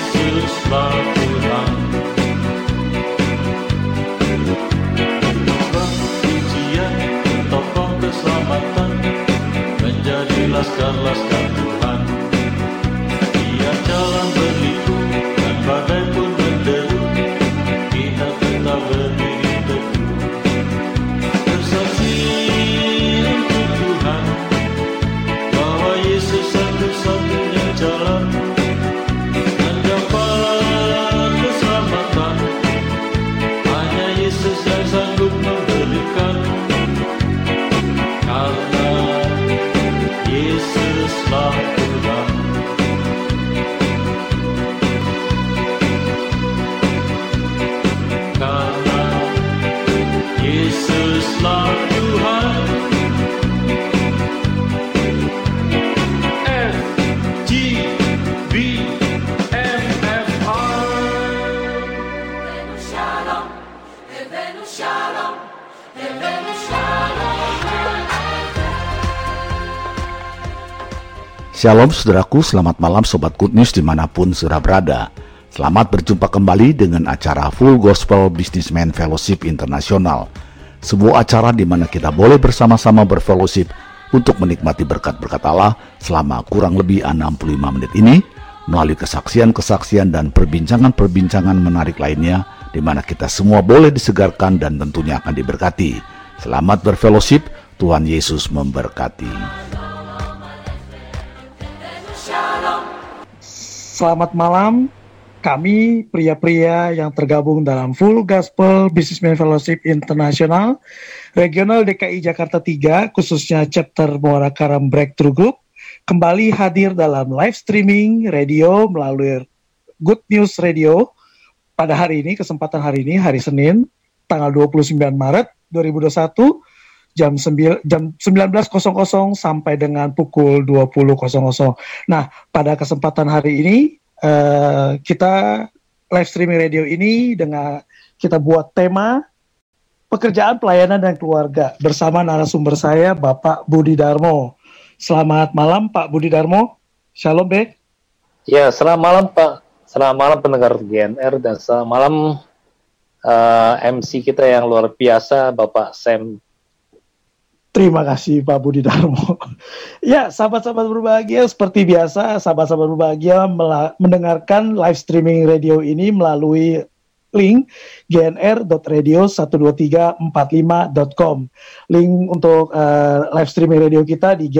Yesuslah Tuhan. Tokoh pujian, tokoh keselamatan, menjadi laskar-laskar Tuhan. Dia jalan berliku dan badai pun menderu, kita tetap berdiri teguh. Bersaksi untuk Tuhan bahwa Yesus satu-satunya jalan mendapat keselamatan. Hanya Yesus yang sanggup memberikan, karena Yesuslah Tuhan. Karena Yesuslah Tuhan. F G B M F R. Shalom, Evenu Shalom, Evenu Shalom. Shalom saudaraku, selamat malam Sobat Good News dimanapun saudara berada. Selamat berjumpa kembali dengan acara Full Gospel Businessman Fellowship International. Sebuah acara di mana kita boleh bersama-sama berfellowship untuk menikmati berkat-berkat Allah selama kurang lebih 65 menit ini, melalui kesaksian-kesaksian dan perbincangan-perbincangan menarik lainnya, di mana kita semua boleh disegarkan dan tentunya akan diberkati. Selamat berfellowship, Tuhan Yesus memberkati. Selamat malam, kami pria-pria yang tergabung dalam Full Gospel Businessman Fellowship International Regional DKI Jakarta 3, khususnya chapter Muara Karam Breakthrough Group, kembali hadir dalam live streaming radio melalui Good News Radio pada hari ini, kesempatan hari ini, hari Senin, tanggal 29 Maret 2021, jam 19.00 sampai dengan pukul 20.00. Nah, pada kesempatan hari ini, kita live streaming radio ini dengan kita buat tema pekerjaan, pelayanan, dan keluarga bersama narasumber saya, Bapak Budi Darmo. Selamat malam, Pak Budi Darmo. Shalom, Bek. Ya, selamat malam, Pak. Selamat malam pendengar GNR, dan selamat malam MC kita yang luar biasa, Bapak Sam. Terima kasih Pak Budi Darmo. Ya, sahabat-sahabat berbahagia, seperti biasa, sahabat-sahabat berbahagia mendengarkan live streaming radio ini melalui link gnr.radio12345.com. Link untuk live streaming radio kita di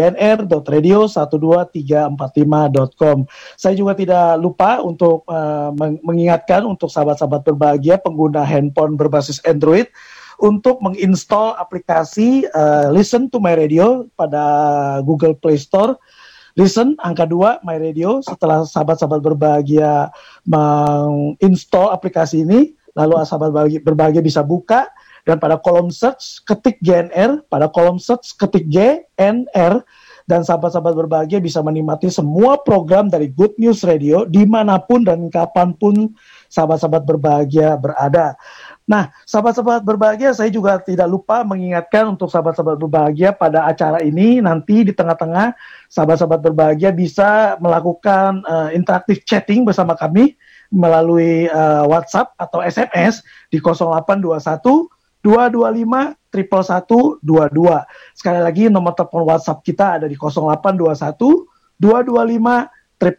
gnr.radio12345.com. Saya juga tidak lupa untuk mengingatkan untuk sahabat-sahabat berbahagia pengguna handphone berbasis Android untuk menginstall aplikasi Listen to My Radio pada Google Play Store. Listen, angka 2, My Radio. Setelah sahabat-sahabat berbahagia menginstall aplikasi ini, lalu sahabat berbahagia bisa buka, dan pada kolom search ketik GNR, pada kolom search ketik GNR, dan sahabat-sahabat berbahagia bisa menikmati semua program dari Good News Radio dimanapun dan kapanpun sahabat-sahabat berbahagia berada. Nah, sahabat-sahabat berbahagia, saya juga tidak lupa mengingatkan untuk sahabat-sahabat berbahagia pada acara ini, nanti di tengah-tengah, sahabat-sahabat berbahagia bisa melakukan interaktif chatting bersama kami melalui WhatsApp atau SMS di 0821 225 11122. Sekali lagi, nomor telepon WhatsApp kita ada di 0821 225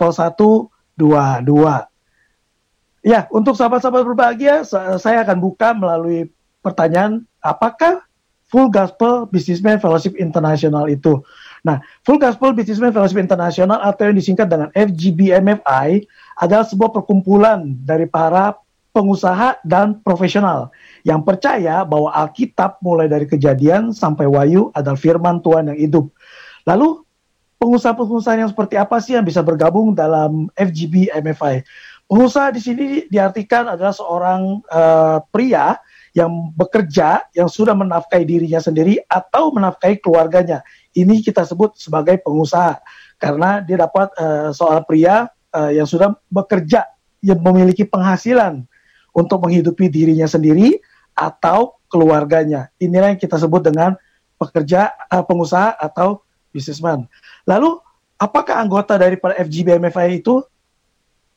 11122. Ya, untuk sahabat-sahabat berbahagia, saya akan buka melalui pertanyaan, apakah Full Gospel Businessman Fellowship International itu? Nah, Full Gospel Businessman Fellowship International atau yang disingkat dengan FGBMFI adalah sebuah perkumpulan dari para pengusaha dan profesional yang percaya bahwa Alkitab mulai dari Kejadian sampai Wahyu adalah firman Tuhan yang hidup. Lalu, pengusaha-pengusaha yang seperti apa sih yang bisa bergabung dalam FGBMFI? Pengusaha di sini diartikan adalah seorang pria yang bekerja, yang sudah menafkahi dirinya sendiri atau menafkahi keluarganya. Ini kita sebut sebagai pengusaha, karena dia dapat seorang pria yang sudah bekerja, yang memiliki penghasilan untuk menghidupi dirinya sendiri atau keluarganya. Inilah yang kita sebut dengan pengusaha atau businessman. Lalu, apakah anggota daripada FGBMFI itu?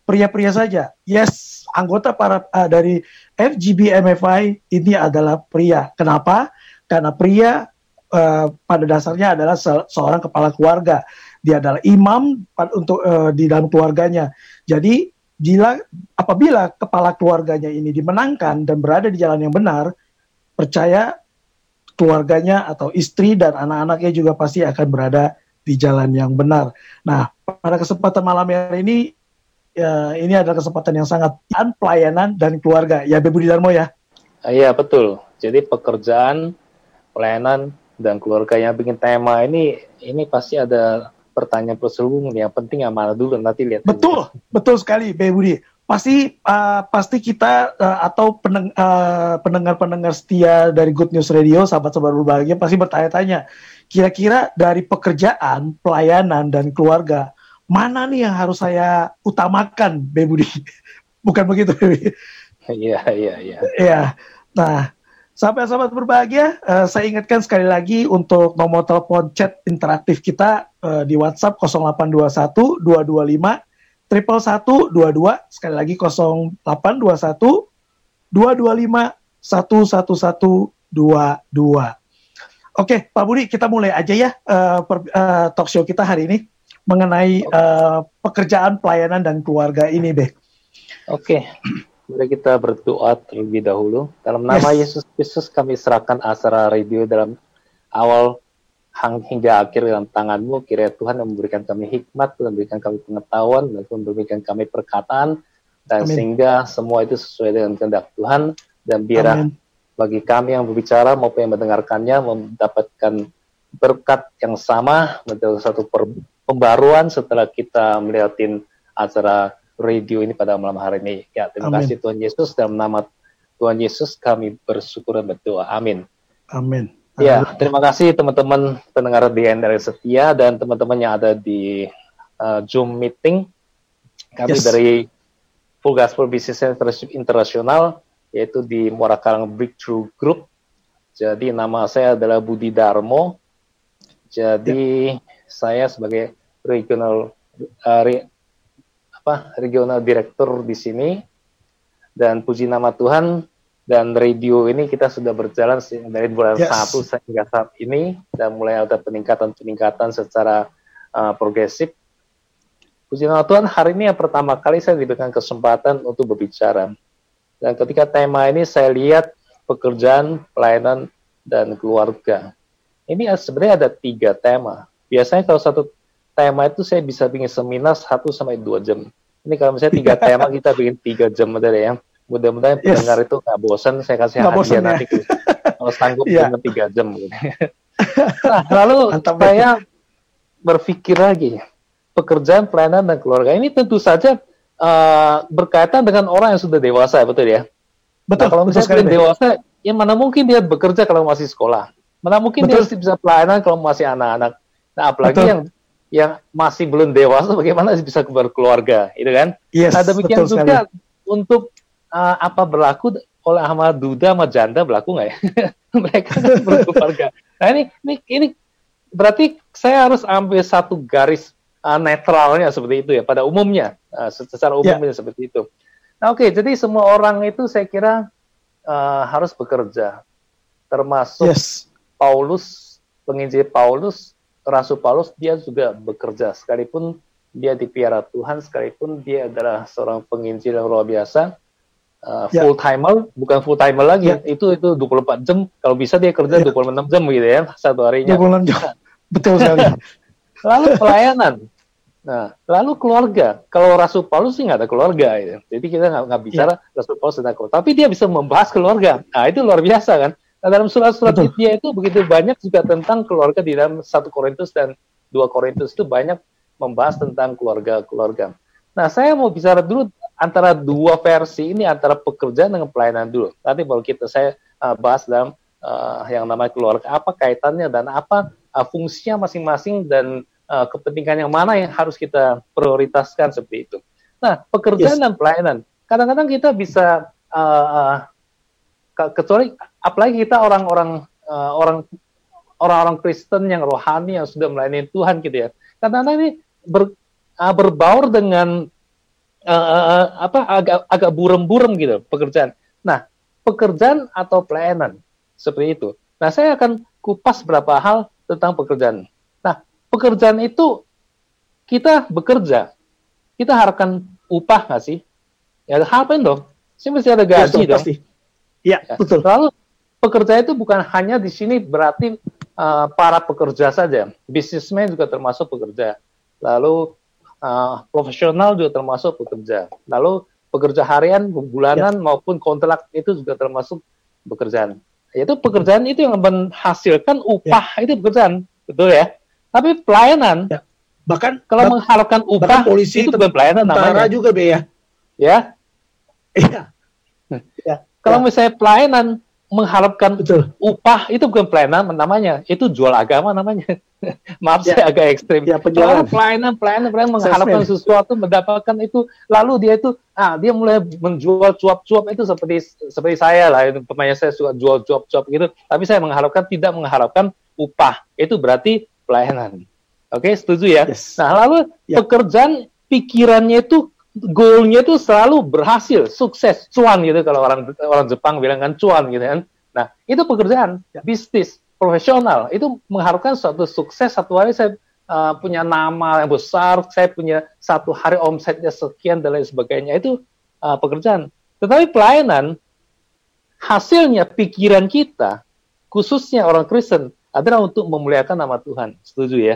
pria-pria saja. Yes, anggota dari FGB MFI ini adalah pria. Kenapa? Karena pria pada dasarnya adalah seorang kepala keluarga. Dia adalah imam untuk di dalam keluarganya. Jadi apabila kepala keluarganya ini dimenangkan dan berada di jalan yang benar, percaya keluarganya atau istri dan anak-anaknya juga pasti akan berada di jalan yang benar. Nah, pada kesempatan malam hari ini, ini adalah kesempatan yang sangat pelayanan dan keluarga. Ya, Budi Darmo ya? Iya, betul. Jadi pekerjaan, pelayanan, dan keluarga yang bikin tema ini pasti ada pertanyaan terselubung. Yang penting yang mana dulu, nanti lihat. Betul sekali, Budi. Pasti kita atau pendengar-pendengar setia dari Good News Radio, sahabat-sahabat berbahagia pasti bertanya-tanya, kira-kira dari pekerjaan, pelayanan, dan keluarga, mana nih yang harus saya utamakan, Budi? Bukan begitu, Budi? Iya. Iya. Nah, sahabat-sahabat berbahagia, saya ingatkan sekali lagi untuk nomor telepon chat interaktif kita di WhatsApp 0821 225 11122, sekali lagi 0821 225 11122. Oke, Pak Budi, kita mulai aja ya talk show kita hari ini mengenai pekerjaan, pelayanan, dan keluarga ini, Be. Oke. Mari kita berdoa terlebih dahulu. Dalam nama Yesus Kristus kami serahkan acara radio dalam awal hingga akhir dalam tangan-Mu. Kiranya Tuhan yang memberikan kami hikmat, memberikan kami pengetahuan, dan memberikan kami perkataan, dan sehingga semua itu sesuai dengan kehendak Tuhan, dan biarlah bagi kami yang berbicara maupun yang mendengarkannya mendapatkan berkat yang sama, mendapatkan satu pembaruan setelah kita melihatin acara radio ini pada malam hari ini. Ya, terima kasih Tuhan Yesus. Dalam nama Tuhan Yesus kami bersyukur dan berdoa. Amin. Amin. Ya, terima kasih teman-teman pendengar DNR setia dan teman-teman yang ada di Zoom meeting. Kami dari Full Gospel Business International, yaitu di Muara Karang Breakthrough Group. Jadi nama saya adalah Budi Darmo. Jadi saya sebagai regional director di sini, dan puji nama Tuhan, dan radio ini kita sudah berjalan dari bulan 1 hingga saat ini, dan mulai ada peningkatan secara progresif. Puji nama Tuhan, hari ini yang pertama kali saya diberikan kesempatan untuk berbicara, dan ketika tema ini saya lihat pekerjaan, pelayanan, dan keluarga. Ini sebenarnya ada 3 tema. Biasanya kalau satu tema itu saya bisa bikin seminar 1-2 jam. Ini kalau misalnya 3 tema kita bikin 3 jam aja ya. Mudah-mudahan pendengar itu nggak bosan. Saya kasih hadiah nanti kalau sanggup cuma 3 jam. Gitu. Nah, lalu saya berpikir lagi, pekerjaan, pelayanan, dan keluarga ini tentu saja berkaitan dengan orang yang sudah dewasa, betul ya? Betul. Nah, kalau misalnya dewasa, ya mana mungkin dia bekerja kalau masih sekolah? Mana mungkin dia bisa pelayanan kalau masih anak-anak? Nah, apalagi yang masih belum dewasa, bagaimana bisa berkeluarga, itu kan? Yes, nah, demikian juga untuk apa berlaku oleh sama duda sama janda berlaku nggak ya? Mereka berkeluarga. Nah ini berarti saya harus ambil satu garis netralnya seperti itu ya, pada umumnya, secara umumnya seperti itu. Nah oke, jadi semua orang itu saya kira harus bekerja, termasuk Paulus, penginjil Paulus, Rasul Paulus, dia juga bekerja, sekalipun dia dipiara Tuhan, sekalipun dia adalah seorang penginjil yang luar biasa, full timer, bukan full timer lagi, itu 24 jam, kalau bisa dia kerja 26 jam gitu ya, satu harinya. 26 jam, betul sekali. Lalu pelayanan, nah, lalu keluarga. Kalau Rasul Paulus sih nggak ada keluarga, gitu. Jadi kita nggak bicara Rasul Paulus tentang keluarga, tapi dia bisa membahas keluarga. Nah itu luar biasa kan. Nah, dalam surat-surat dia itu begitu banyak juga tentang keluarga, di dalam 1 Korintus dan 2 Korintus itu banyak membahas tentang keluarga-keluarga. Nah, saya mau bicara dulu antara 2 versi ini, antara pekerjaan dengan pelayanan dulu. Nanti baru saya bahas dalam yang namanya keluarga, apa kaitannya dan apa fungsinya masing-masing, dan kepentingan yang mana yang harus kita prioritaskan seperti itu. Nah, pekerjaan dan pelayanan. Kadang-kadang kita bisa kecuali apalagi kita orang-orang Kristen yang rohani yang sudah melayani Tuhan gitu ya. Kadang-kadang ini berbaur dengan agak burem-burem gitu pekerjaan. Nah, pekerjaan atau pelayanan seperti itu. Nah, saya akan kupas beberapa hal tentang pekerjaan. Nah, pekerjaan itu kita bekerja, kita harapkan upah nggak sih? Ya, harapin dong. Saya mesti ada gaji dong. Pasti. Ya, betul. Lalu pekerja itu bukan hanya di sini berarti para pekerja saja. Businessman juga termasuk pekerja. Lalu profesional juga termasuk pekerja. Lalu pekerja harian, bulanan maupun kontrak itu juga termasuk pekerjaan. Yaitu pekerjaan itu yang menghasilkan upah itu pekerjaan, betul ya. Tapi pelayanan, bahkan kalau mengharapkan upah polisi itu bukan pelayanan namanya. juga be ya. Ya. Iya. Kalau misalnya pelayanan mengharapkan Betul. upah itu bukan pelayanan namanya, itu jual agama namanya. Maaf saya agak ekstrim. Ya, penjualan. Pelayanan mengharapkan sesuatu, mendapatkan itu, lalu dia itu dia mulai menjual cuap-cuap itu seperti saya lah, pemainnya saya suka jual cuap-cuap gitu, tapi saya tidak mengharapkan upah. Itu berarti pelayanan. Oke, setuju ya? Yes. Nah, lalu pekerjaan pikirannya itu goalnya itu selalu berhasil, sukses, cuan gitu kalau orang Jepang bilang kan cuan gitu kan. Nah, itu pekerjaan, bisnis, profesional, itu mengharapkan suatu sukses, satu hari saya punya nama yang besar, saya punya satu hari omsetnya sekian dan lain sebagainya, itu pekerjaan. Tetapi pelayanan, hasilnya pikiran kita, khususnya orang Kristen, adalah untuk memuliakan nama Tuhan. Setuju ya?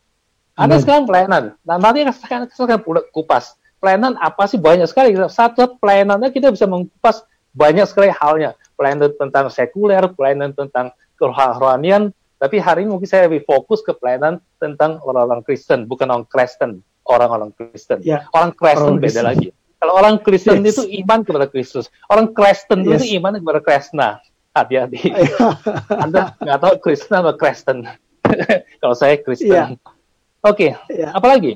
Ada sekarang pelayanan. Nah, nanti saya akan kupas. Pelayanan apa sih? Banyak sekali. Satu pelayanannya kita bisa mengupas banyak sekali halnya. Pelayanan tentang sekuler, pelayanan tentang kerohanian. Tapi hari ini mungkin saya lebih fokus ke pelayanan tentang orang-orang Kristen, bukan orang Kristen, orang-orang Kristen. Ya, orang Kristen beda lagi. Kalau orang Kristen itu iman kepada Kristus. Orang Kristen itu iman kepada Kresna. Hati-hati. Anda nggak tahu Kristen atau Kristen. Kalau saya Kristen. Oke. Apalagi?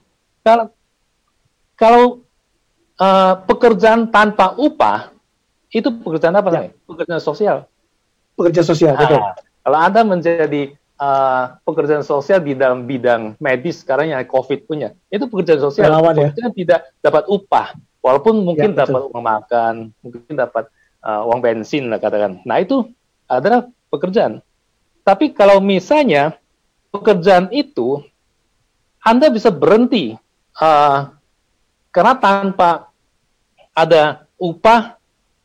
Kalau pekerjaan tanpa upah, itu pekerjaan apa namanya? Pekerjaan sosial. Pekerjaan sosial, betul. Kalau Anda menjadi pekerjaan sosial di dalam bidang medis sekarang yang COVID punya, itu pekerjaan sosial. Pekerjaan tidak dapat upah, walaupun mungkin dapat uang makan, mungkin dapat uang bensin lah katakan. Nah, itu adalah pekerjaan. Tapi kalau misalnya pekerjaan itu Anda bisa berhenti karena tanpa ada upah,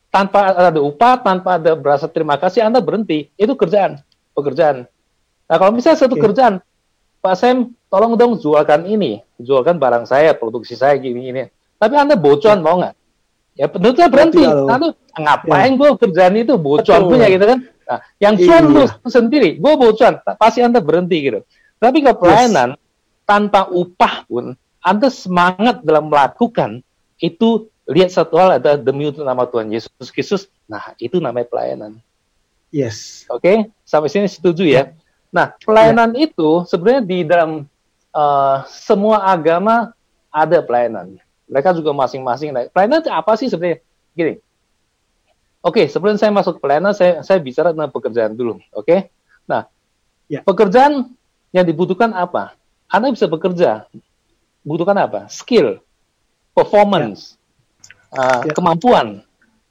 tanpa ada berasa terima kasih, Anda berhenti. Itu pekerjaan. Nah, kalau misalnya satu kerjaan, Pak Sam, tolong dong jualkan barang saya, produksi saya gini. Tapi Anda bocuan mau nggak? Ya, tentunya berhenti. Lalu ngapain gue kerjaan itu bocuan punya gitu kan? Nah, yang cuan lu sendiri, gue bocuan, pasti Anda berhenti gitu. Tapi kalau pelayanan tanpa upah pun, Anda semangat dalam melakukan itu, lihat satu hal ada demi untuk nama Tuhan Yesus Kristus. Nah, itu namanya pelayanan. Yes. Oke, sampai sini setuju ya. Nah, pelayanan itu sebenarnya di dalam semua agama ada pelayanan. Mereka juga masing-masing. Nah, pelayanan itu apa sih sebenarnya? Gini. Oke, sebelum saya masuk ke pelayanan, saya bicara tentang pekerjaan dulu. Oke. Nah, pekerjaan yang dibutuhkan apa? Anda bisa bekerja. Butuhkan apa? Skill, performance, kemampuan,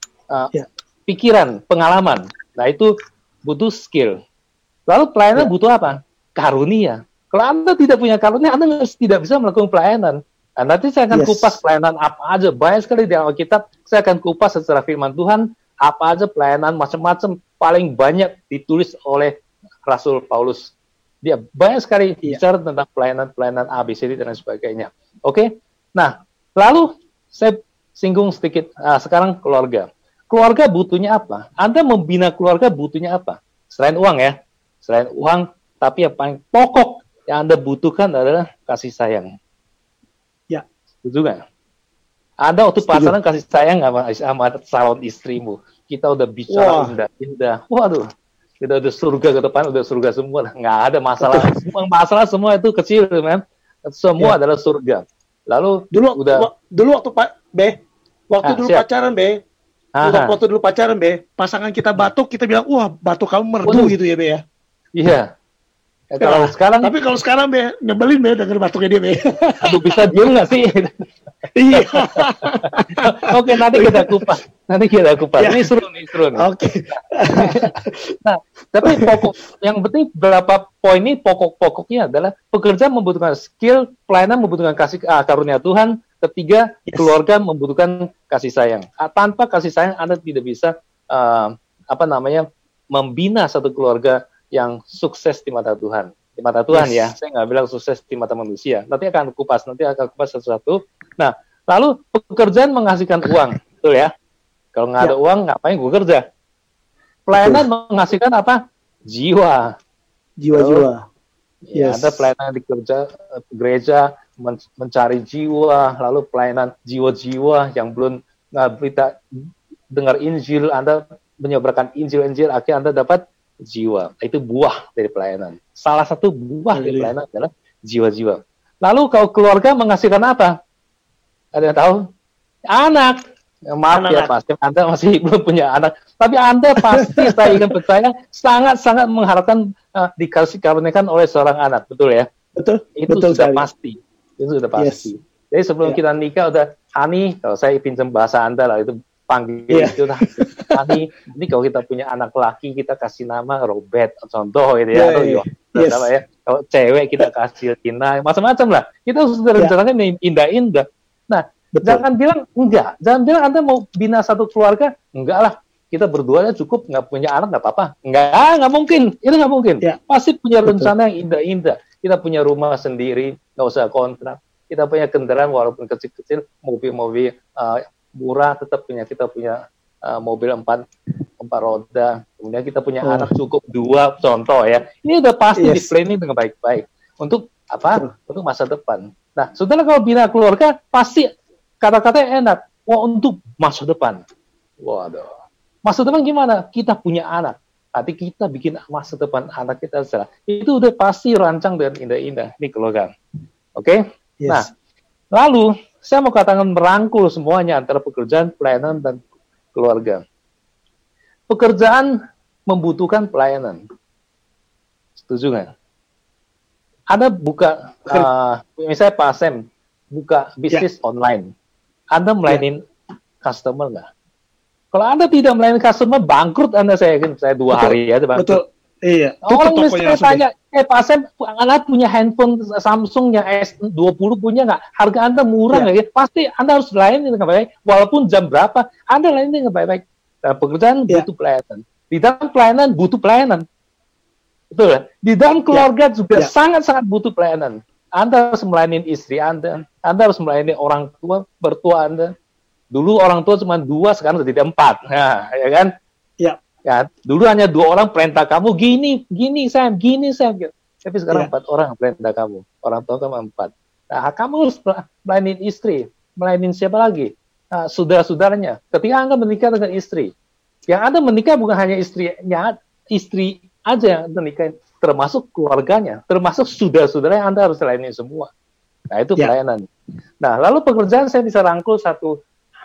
pikiran, pengalaman. Nah, itu butuh skill. Lalu pelayanan butuh apa? Karunia. Kalau Anda tidak punya karunia, Anda tidak bisa melakukan pelayanan. Nah, nanti saya akan kupas pelayanan apa aja. Banyak sekali di Alkitab, saya akan kupas secara firman Tuhan, apa aja pelayanan macam-macam, paling banyak ditulis oleh Rasul Paulus. Dia banyak sekali bicara tentang pelayanan ABCD dan sebagainya. Oke? Nah, lalu saya singgung sedikit, sekarang keluarga. Keluarga butuhnya apa? Anda membina keluarga butuhnya apa? Selain uang ya. Selain uang, tapi yang paling pokok yang Anda butuhkan adalah kasih sayang. Ya. Setuju nggak? Anda waktu pacaran kasih sayang sama calon istrimu. Kita udah bicara indah-indah. Waduh. Kita udah surga ke depan, udah surga semua. Nggak ada masalah. Semua itu kecil, man. Semua adalah surga. Lalu dulu waktu pacaran, waktu dulu pacaran, pasangan kita batuk, kita bilang, wah, batuk kamu merdu gitu ya, ya. Iya. Kalau sekarang, tapi kalau sekarang, nyebelin, denger batuknya dia, Aduh, bisa diem nggak sih? Iya. Oke, nanti kita kupas. Ya. Ini seru nih. Oke. Nah, tapi yang penting berapa poin ini pokoknya adalah pekerja membutuhkan skill, pelayanan membutuhkan kasih karunia Tuhan, ketiga keluarga membutuhkan kasih sayang. Tanpa kasih sayang Anda tidak bisa membina satu keluarga yang sukses di mata Tuhan. Di mata Tuhan ya, saya nggak bilang sukses di mata manusia. Nanti akan kupas satu-satu. Nah, lalu pekerjaan menghasilkan uang, betul ya? Kalau nggak ada uang, ngapain gue kerja? Pelayanan menghasilkan apa? Jiwa. Ya, ada pelayanan di gereja mencari jiwa, lalu pelayanan jiwa-jiwa yang belum berita dengar Injil, Anda menyebarkan Injil, akhirnya Anda dapat jiwa. Itu buah dari pelayanan. Salah satu buah dari pelayanan adalah jiwa-jiwa. Lalu kalau keluarga menghasilkan apa? Ada yang tahu? Anak. Maaf ya, pasti Anda masih belum punya anak. Tapi Anda pasti, saya ingin percaya, sangat-sangat mengharapkan dikasih karuniakan oleh seorang anak. Betul ya? Betul. Itu sudah pasti. Jadi sebelum kita nikah, udah, Hani, kalau saya pinjam bahasa Anda lah, itu panggil itu lah. Hani, ini kalau kita punya anak laki, kita kasih nama Robert, contoh gitu ya. Ya. Kalau cewek, kita kasih Tina, macam-macam lah. Kita sudah rencanakan indah-indah. Nah, jangan bilang enggak. Jangan bilang Anda mau bina satu keluarga. Enggak lah. Kita berdua cukup, nggak punya anak, nggak apa-apa. Nggak mungkin. Itu nggak mungkin. Ya. Pasti punya rencana yang indah-indah. Kita punya rumah sendiri, nggak usah kontrak. Kita punya kendaraan walaupun kecil-kecil, mobil-mobil murah, tetap kita punya mobil 4 roda. Kemudian kita punya anak cukup 2, contoh ya. Ini udah pasti di planning dengan baik-baik. Untuk apa? Untuk masa depan. Nah, saudara kalau bina keluarga, pasti kata-katanya enak. Wah, untuk masa depan. Waduh. Masa depan gimana? Kita punya anak. Nanti kita bikin masa depan anak kita secara. Itu udah pasti rancang dengan indah-indah. Ini keluarga. Oke? Yes. Nah, lalu saya mau katakan merangkul semuanya antara pekerjaan, pelayanan, dan keluarga. Pekerjaan membutuhkan pelayanan. Setuju nggak? Anda buka, misalnya Pak Sam, buka bisnis online. Anda melayani customer nggak? Kalau Anda tidak melayani customer, bangkrut Anda, saya yakin. Saya 2 hari aja bangkrut. Betul. Iya. Orang misalnya tanya, Pak Sam, Anda punya handphone Samsung yang S20 punya nggak? Harga Anda murah nggak? Pasti Anda harus layani dengan baik. Walaupun jam berapa, Anda layani dengan baik-baik. Nah, pekerjaan butuh pelayanan. Di dalam pelayanan butuh pelayanan. Betul ya? Di dalam keluarga juga sangat-sangat butuh pelayanan. Anda harus melayani istri Anda harus melayani orang tua, mertua Anda. Dulu orang tua cuma 2, sekarang jadi 4. Nah, ya kan? Ya, dulu hanya 2 orang perintah kamu, gini Sam. Tapi sekarang 4 orang perintah kamu. Orang tua kamu 4. Nah, kamu harus melayani istri. Melayani siapa lagi? Nah, saudara-saudaranya. Ketika Anda menikah dengan istri, yang Anda menikah bukan hanya istri aja yang Anda nikahin, termasuk keluarganya, termasuk saudara-saudara yang Anda harus layani semua. Nah, itu pelayanan. Nah, lalu pekerjaan saya bisa rangkul satu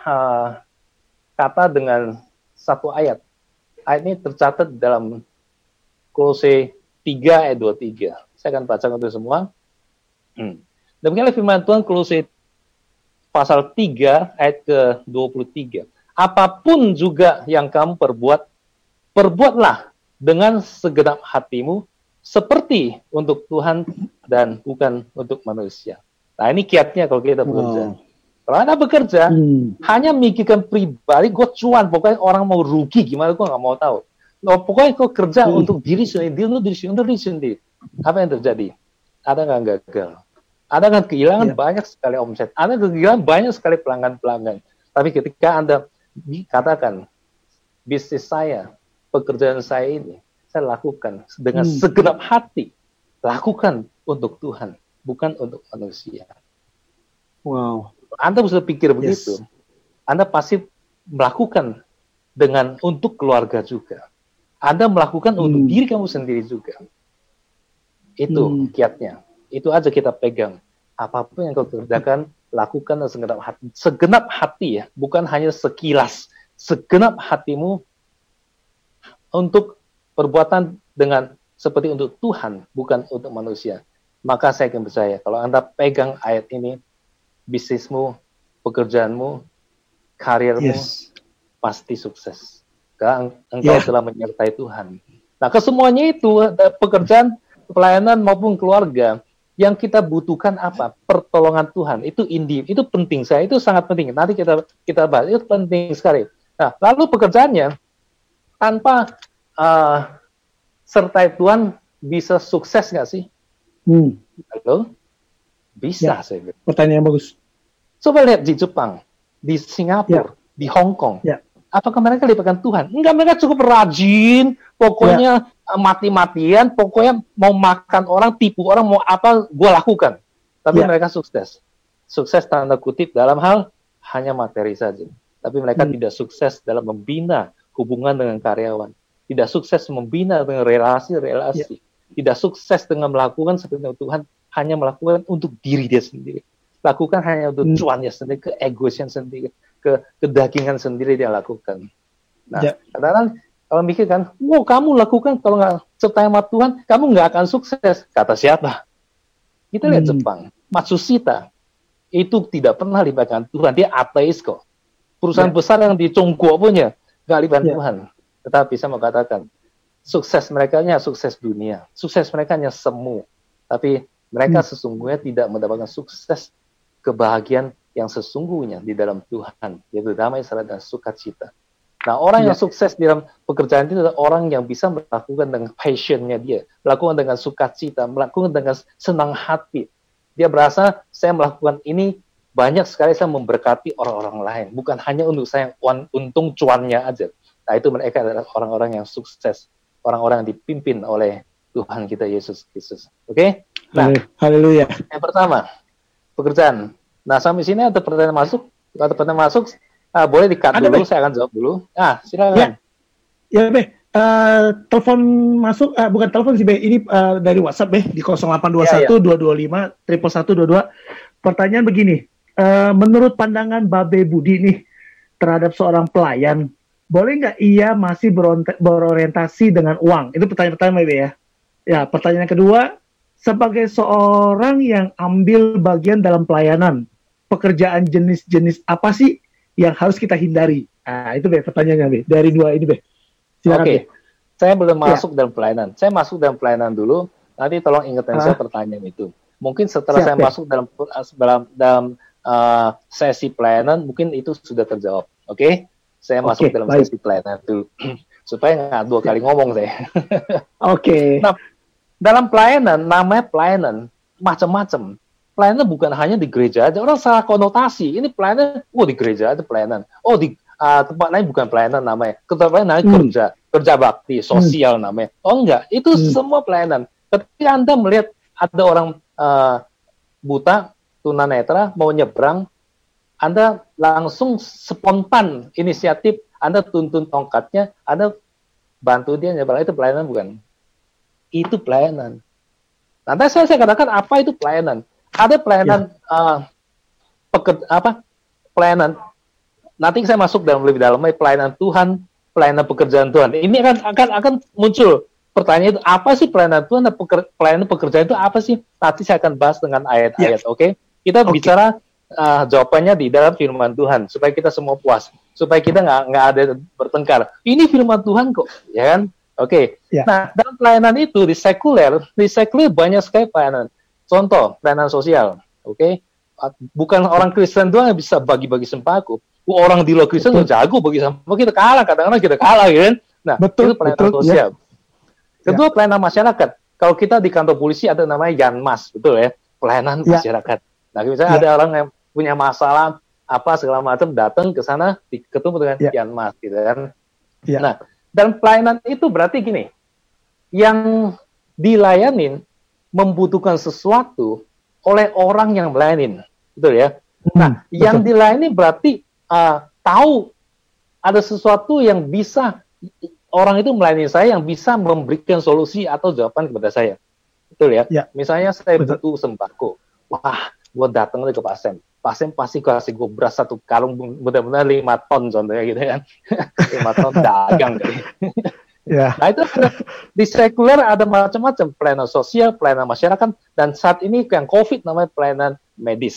kata dengan satu ayat. Ayat ini tercatat dalam Kolose 3 ayat 23. Saya akan baca untuk semua. Demikianlah firman Tuhan Kolose pasal 3 ayat ke-23. Apapun juga yang kamu perbuatlah dengan segenap hatimu seperti untuk Tuhan dan bukan untuk manusia. Nah, ini kiatnya kalau kita bekerja. Kalau Anda bekerja, hanya mikirkan pribadi, gue cuan, pokoknya orang mau rugi, gimana gue nggak mau tahu. Pokoknya gue kerja untuk diri sendiri. Apa yang terjadi? Anda nggak gagal. Anda akan kehilangan banyak sekali omset. Anda kehilangan banyak sekali pelanggan-pelanggan. Tapi ketika Anda dikatakan, bisnis saya, pekerjaan saya ini, saya lakukan dengan segenap hati. Lakukan untuk Tuhan, bukan untuk manusia. Wow. Anda bisa pikir begitu. Anda pasti melakukan untuk keluarga juga. Anda melakukan untuk diri kamu sendiri juga. Itu kiatnya. Itu aja kita pegang. Apapun yang kau kerjakan, lakukan dengan segenap hati. Segenap hati ya, bukan hanya sekilas. Segenap hatimu untuk perbuatan dengan seperti untuk Tuhan, bukan untuk manusia. Maka saya akan percaya, kalau Anda pegang ayat ini, bisnismu pekerjaanmu, karirmu Yes. pasti sukses. Karena engkau Yeah. telah menyertai Tuhan. Nah, kesemuanya itu, pekerjaan, pelayanan maupun keluarga, yang kita butuhkan apa? Pertolongan Tuhan. Itu itu penting. Itu sangat penting. Nanti kita bahas. Itu penting sekali. Nah, lalu pekerjaannya tanpa sertai Tuhan bisa sukses nggak sih? Halo? Bisa, Ya. saya bilang. Pertanyaan bagus. Coba lihat di Jepang, di Singapura, di Hong Kong. Ya. Apakah mereka libatkan Tuhan? Enggak, mereka cukup rajin, pokoknya mati-matian, pokoknya mau makan orang, tipu orang, mau apa, gue lakukan. Tapi mereka sukses. Sukses tanda kutip dalam hal hanya materi saja. Tapi mereka tidak sukses dalam membina hubungan dengan karyawan. Tidak sukses membina dengan relasi-relasi. Tidak sukses dengan melakukan seperti yang Tuhan hanya melakukan untuk diri dia sendiri. Lakukan hanya untuk cuannya sendiri, keegoisan sendiri, kedagingan sendiri dia lakukan. Nah, kadang-kadang kalau mikir kan, wow, kamu lakukan kalau nggak sertai sama Tuhan, kamu nggak akan sukses. Kata siapa? Kita lihat Jepang, Matsushita, itu tidak pernah libatkan Tuhan. Dia ateis kok. Perusahaan besar yang di Chongguo punya, nggak libatkan Tuhan. Tetapi saya mau katakan, sukses mereka hanya sukses dunia. Sukses mereka hanya semu. Tapi mereka sesungguhnya tidak mendapatkan sukses kebahagiaan yang sesungguhnya di dalam Tuhan, yaitu damai serta dan sukacita. Nah, orang yang sukses di dalam pekerjaan itu adalah orang yang bisa melakukan dengan passion-nya dia, melakukan dengan sukacita, melakukan dengan senang hati. Dia berasa, saya melakukan ini, banyak sekali saya memberkati orang-orang lain, bukan hanya untuk saya untung cuannya aja. Nah, itu mereka adalah orang-orang yang sukses, orang-orang yang dipimpin oleh Tuhan kita Yesus Kristus. Oke? Nah, haleluya. Yang pertama, pekerjaan. Nah, sampai sini ada pertanyaan masuk. Kalau ada pertanyaan masuk, boleh di-cut dulu, saya akan jawab dulu. Silakan. Ya, Be. Telepon masuk, bukan telepon sih, Be. Ini dari WhatsApp, Be. Di 0821-225-11122. Pertanyaan begini. Menurut pandangan Babe Budi nih, terhadap seorang pelayan, boleh nggak ia masih berorientasi dengan uang? Itu pertanyaan pertama, Be, ya. Ya, pertanyaan kedua, sebagai seorang yang ambil bagian dalam pelayanan, pekerjaan jenis-jenis apa sih yang harus kita hindari? Nah, itu Be, pertanyaannya, Be. Dari dua ini, Be. Oke. Saya belum masuk dalam pelayanan. Saya masuk dalam pelayanan dulu. Nanti tolong ingatkan saya pertanyaan itu. Mungkin setelah saya masuk dalam sesi pelayanan, mungkin itu sudah terjawab. Oke? Saya masuk dalam sesi pelayanan dulu. Supaya nggak dua kali ngomong saya. Oke. Nah, dalam pelayanan, namanya pelayanan, macam-macam. Pelayanan bukan hanya di gereja aja. Orang salah konotasi. Ini pelayanan, di gereja aja pelayanan. Di tempat lain bukan pelayanan namanya. Tempat lain namanya kerja bakti, sosial namanya. Enggak. Itu semua pelayanan. Ketika Anda melihat ada orang buta, tunanetra, mau nyebrang, Anda langsung spontan inisiatif, Anda tuntun tongkatnya, Anda bantu dia nyebrang. Itu pelayanan bukan? Itu pelayanan. Nanti saya katakan apa itu pelayanan. Ada pelayanan pelayanan. Nanti saya masuk lebih dalam pelayanan Tuhan, pelayanan pekerjaan Tuhan. Ini akan muncul pertanyaan itu, apa sih pelayanan Tuhan dan pelayanan pekerjaan itu apa sih? Nanti saya akan bahas dengan ayat-ayat. Oke? Kita bicara jawabannya di dalam firman Tuhan supaya kita semua puas, supaya kita nggak ada bertengkar. Ini firman Tuhan kok, ya kan? Oke. Nah, dalam pelayanan itu di sekuler banyak sekali pelayanan. Contoh, pelayanan sosial. Oke? Bukan orang Kristen doang yang bisa bagi-bagi sembako. Orang di luar Kristen tuh jago bagi sembako, kita kalah, kadang-kadang kita kalah, ya kan? Nah, itu pelayanan sosial. Kedua, pelayanan masyarakat. Kalau kita di kantor polisi ada namanya Yanmas, betul ya? Pelayanan masyarakat. Nah, misalnya ada orang yang punya masalah apa segala macam, datang ke sana ketemu dengan Yanmas, gitu kan? Nah, dan pelayanan itu berarti gini, yang dilayanin membutuhkan sesuatu oleh orang yang melayanin, betul ya? Nah, yang dilayani berarti tahu ada sesuatu yang bisa orang itu melayani saya, yang bisa memberikan solusi atau jawaban kepada saya, betul ya? Misalnya saya butuh sembako, wah, gue datang ke Pak Sem pasti kasih gue beras 1 karung, mudah-mudahan 5 ton contohnya gitu kan, 5 ton dagang. Nah, itu di sekuler ada macam-macam, pelayanan sosial, pelayanan masyarakat, dan saat ini yang COVID namanya pelayanan medis.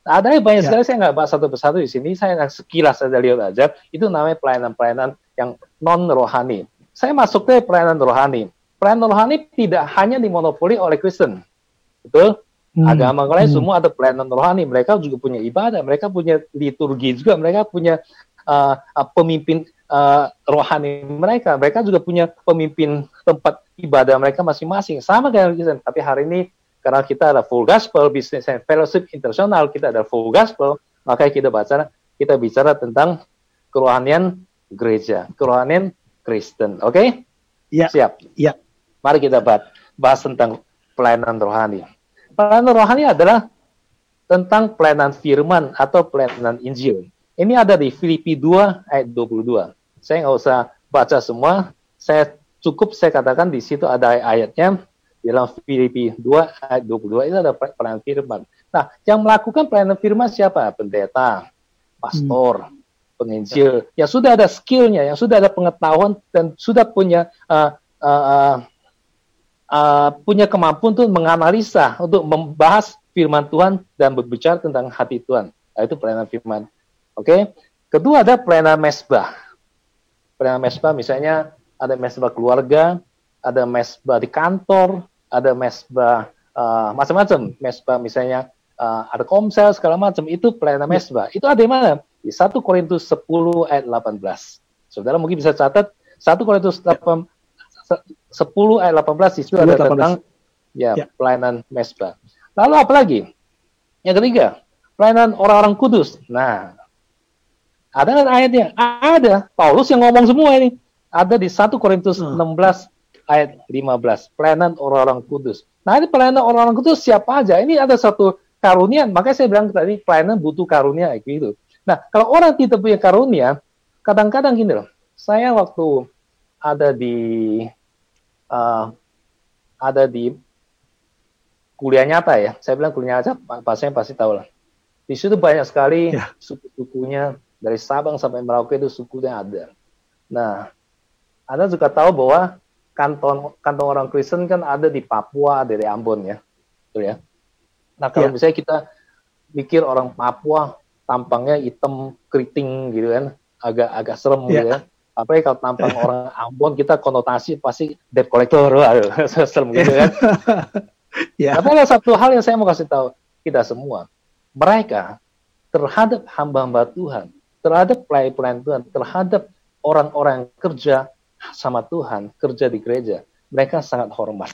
Ada banyak Ya. sekali, saya nggak bahas satu persatu di sini, saya sekilas saja lihat aja, itu namanya pelayanan-pelayanan yang non-rohani. Saya masuk ke pelayanan rohani. Pelayanan rohani tidak hanya dimonopoli oleh Kristen, betul? Agama lain semua ada pelayanan rohani, mereka juga punya ibadah, mereka punya liturgi juga, mereka punya pemimpin rohani mereka juga punya pemimpin tempat ibadah mereka masing-masing, sama dengan Kristen. Tapi hari ini karena kita ada Full Gospel Business and Fellowship International, kita ada Full Gospel, maka kita bicara tentang kerohanian gereja, kerohanian Kristen. Oke? Ya. Siap. Ya. Mari kita bahas tentang pelayanan rohani. Pelayanan rohani adalah tentang pelayanan firman atau pelayanan Injil. Ini ada di Filipi 2 ayat 22. Saya nggak usah baca semua, saya katakan di situ ada ayatnya. Dalam Filipi 2 ayat 22 itu ada pelayanan firman. Nah, yang melakukan pelayanan firman siapa? Pendeta, pastor, penginjil, yang sudah ada skillnya, yang sudah ada pengetahuan dan sudah punya kemampuan untuk menganalisa, untuk membahas firman Tuhan dan berbicara tentang hati Tuhan. Nah, itu pelayanan firman. Oke. Kedua ada pelayanan mesbah. Pelayanan mesbah misalnya ada mesbah keluarga, ada mesbah di kantor, ada mesbah macam-macam. Mesbah misalnya ada komsel segala macam, itu pelayanan mesbah. Itu ada di mana? Di 1 Korintus 10 ayat 18. Saudara mungkin bisa catat 1 Korintus 10 ayat 18 itu ada tentang pelayanan mesbah. Lalu apa lagi? Yang ketiga, pelayanan orang-orang kudus. Nah, ada kan ayatnya? Ada. Paulus yang ngomong semua ini. Ada di 1 Korintus 16 ayat 15. Pelayanan orang-orang kudus. Nah, ini pelayanan orang-orang kudus siapa aja? Ini ada satu karunia. Makanya saya bilang tadi, pelayanan butuh karunia. Gitu. Nah, kalau orang tidak punya karunia, kadang-kadang gini loh. Saya waktu ada di kuliah nyata ya. Saya bilang kuliah nyata, pasien pasti tahu lah. Di situ banyak sekali suku-sukunya, dari Sabang sampai Merauke itu sukunya ada. Nah, Anda juga tahu bahwa kantong orang Kristen kan ada di Papua, ada di Ambon ya. Betul ya? Nah, kalau misalnya kita mikir orang Papua tampangnya hitam keriting gitu kan, agak serem gitu ya. Apalagi kalau tampang orang Ambon, kita konotasi pasti debt collector, serem gitu kan. Tapi ada satu hal yang saya mau kasih tahu kita semua. Mereka terhadap hamba-hamba Tuhan, terhadap pelayan-pelayan Tuhan, terhadap orang-orang yang kerja sama Tuhan, kerja di gereja, mereka sangat hormat.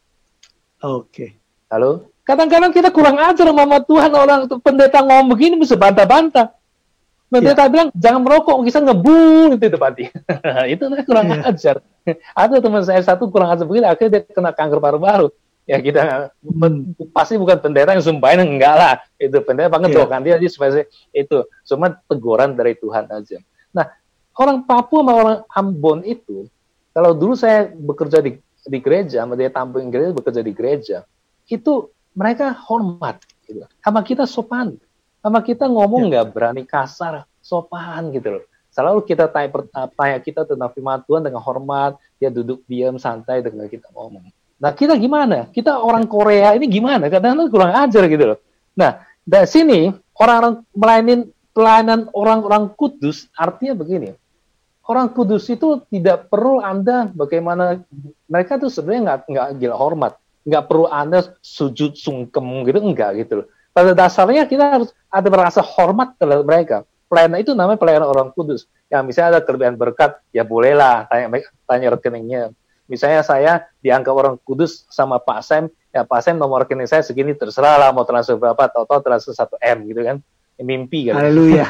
Oke. Halo? Kadang-kadang kita kurang ajar sama Tuhan, orang pendeta ngomong begini bisa bantah-bantah. Pendeta bilang, jangan merokok, bisa ngebul itu depannya. Itu kurang ajar. Ada teman saya satu kurang ajar begini, akhirnya dia kena kanker paru-paru. Ya kita pasti bukan pendeta yang sumpahin, enggak lah. Itu pendeta banget doakan dia supaya itu. Cuma teguran dari Tuhan aja. Nah, orang Papua sama orang Ambon itu, kalau dulu saya bekerja di gereja, sama dia tampung gereja, bekerja di gereja, itu mereka hormat. Gitu. Sama kita sopan. Sama kita ngomong nggak berani kasar, sopan gitu loh. Selalu kita tanya kita tentang firman Tuhan dengan hormat, dia duduk diam santai dengan kita ngomong. Nah, kita gimana? Kita orang Korea ini gimana? Kadang-kadang kurang ajar gitu loh. Nah, dari sini orang-orang pelayanan orang-orang kudus artinya begini. Orang kudus itu tidak perlu Anda bagaimana, mereka tuh sebenarnya nggak gila hormat. Nggak perlu Anda sujud sungkem gitu, enggak gitu loh. Pada dasarnya kita harus ada merasa hormat terhadap mereka. Pelayanan itu namanya pelayanan orang kudus. Yang misalnya ada kelebihan berkat, ya bolehlah tanya rekeningnya. Misalnya saya dianggap orang kudus sama Pak Sam, ya Pak Sam nomor rekening saya segini, terserah lah mau transfer berapa, tahu-tahu transfer 1 M gitu kan. Mimpi kan. Haleluya.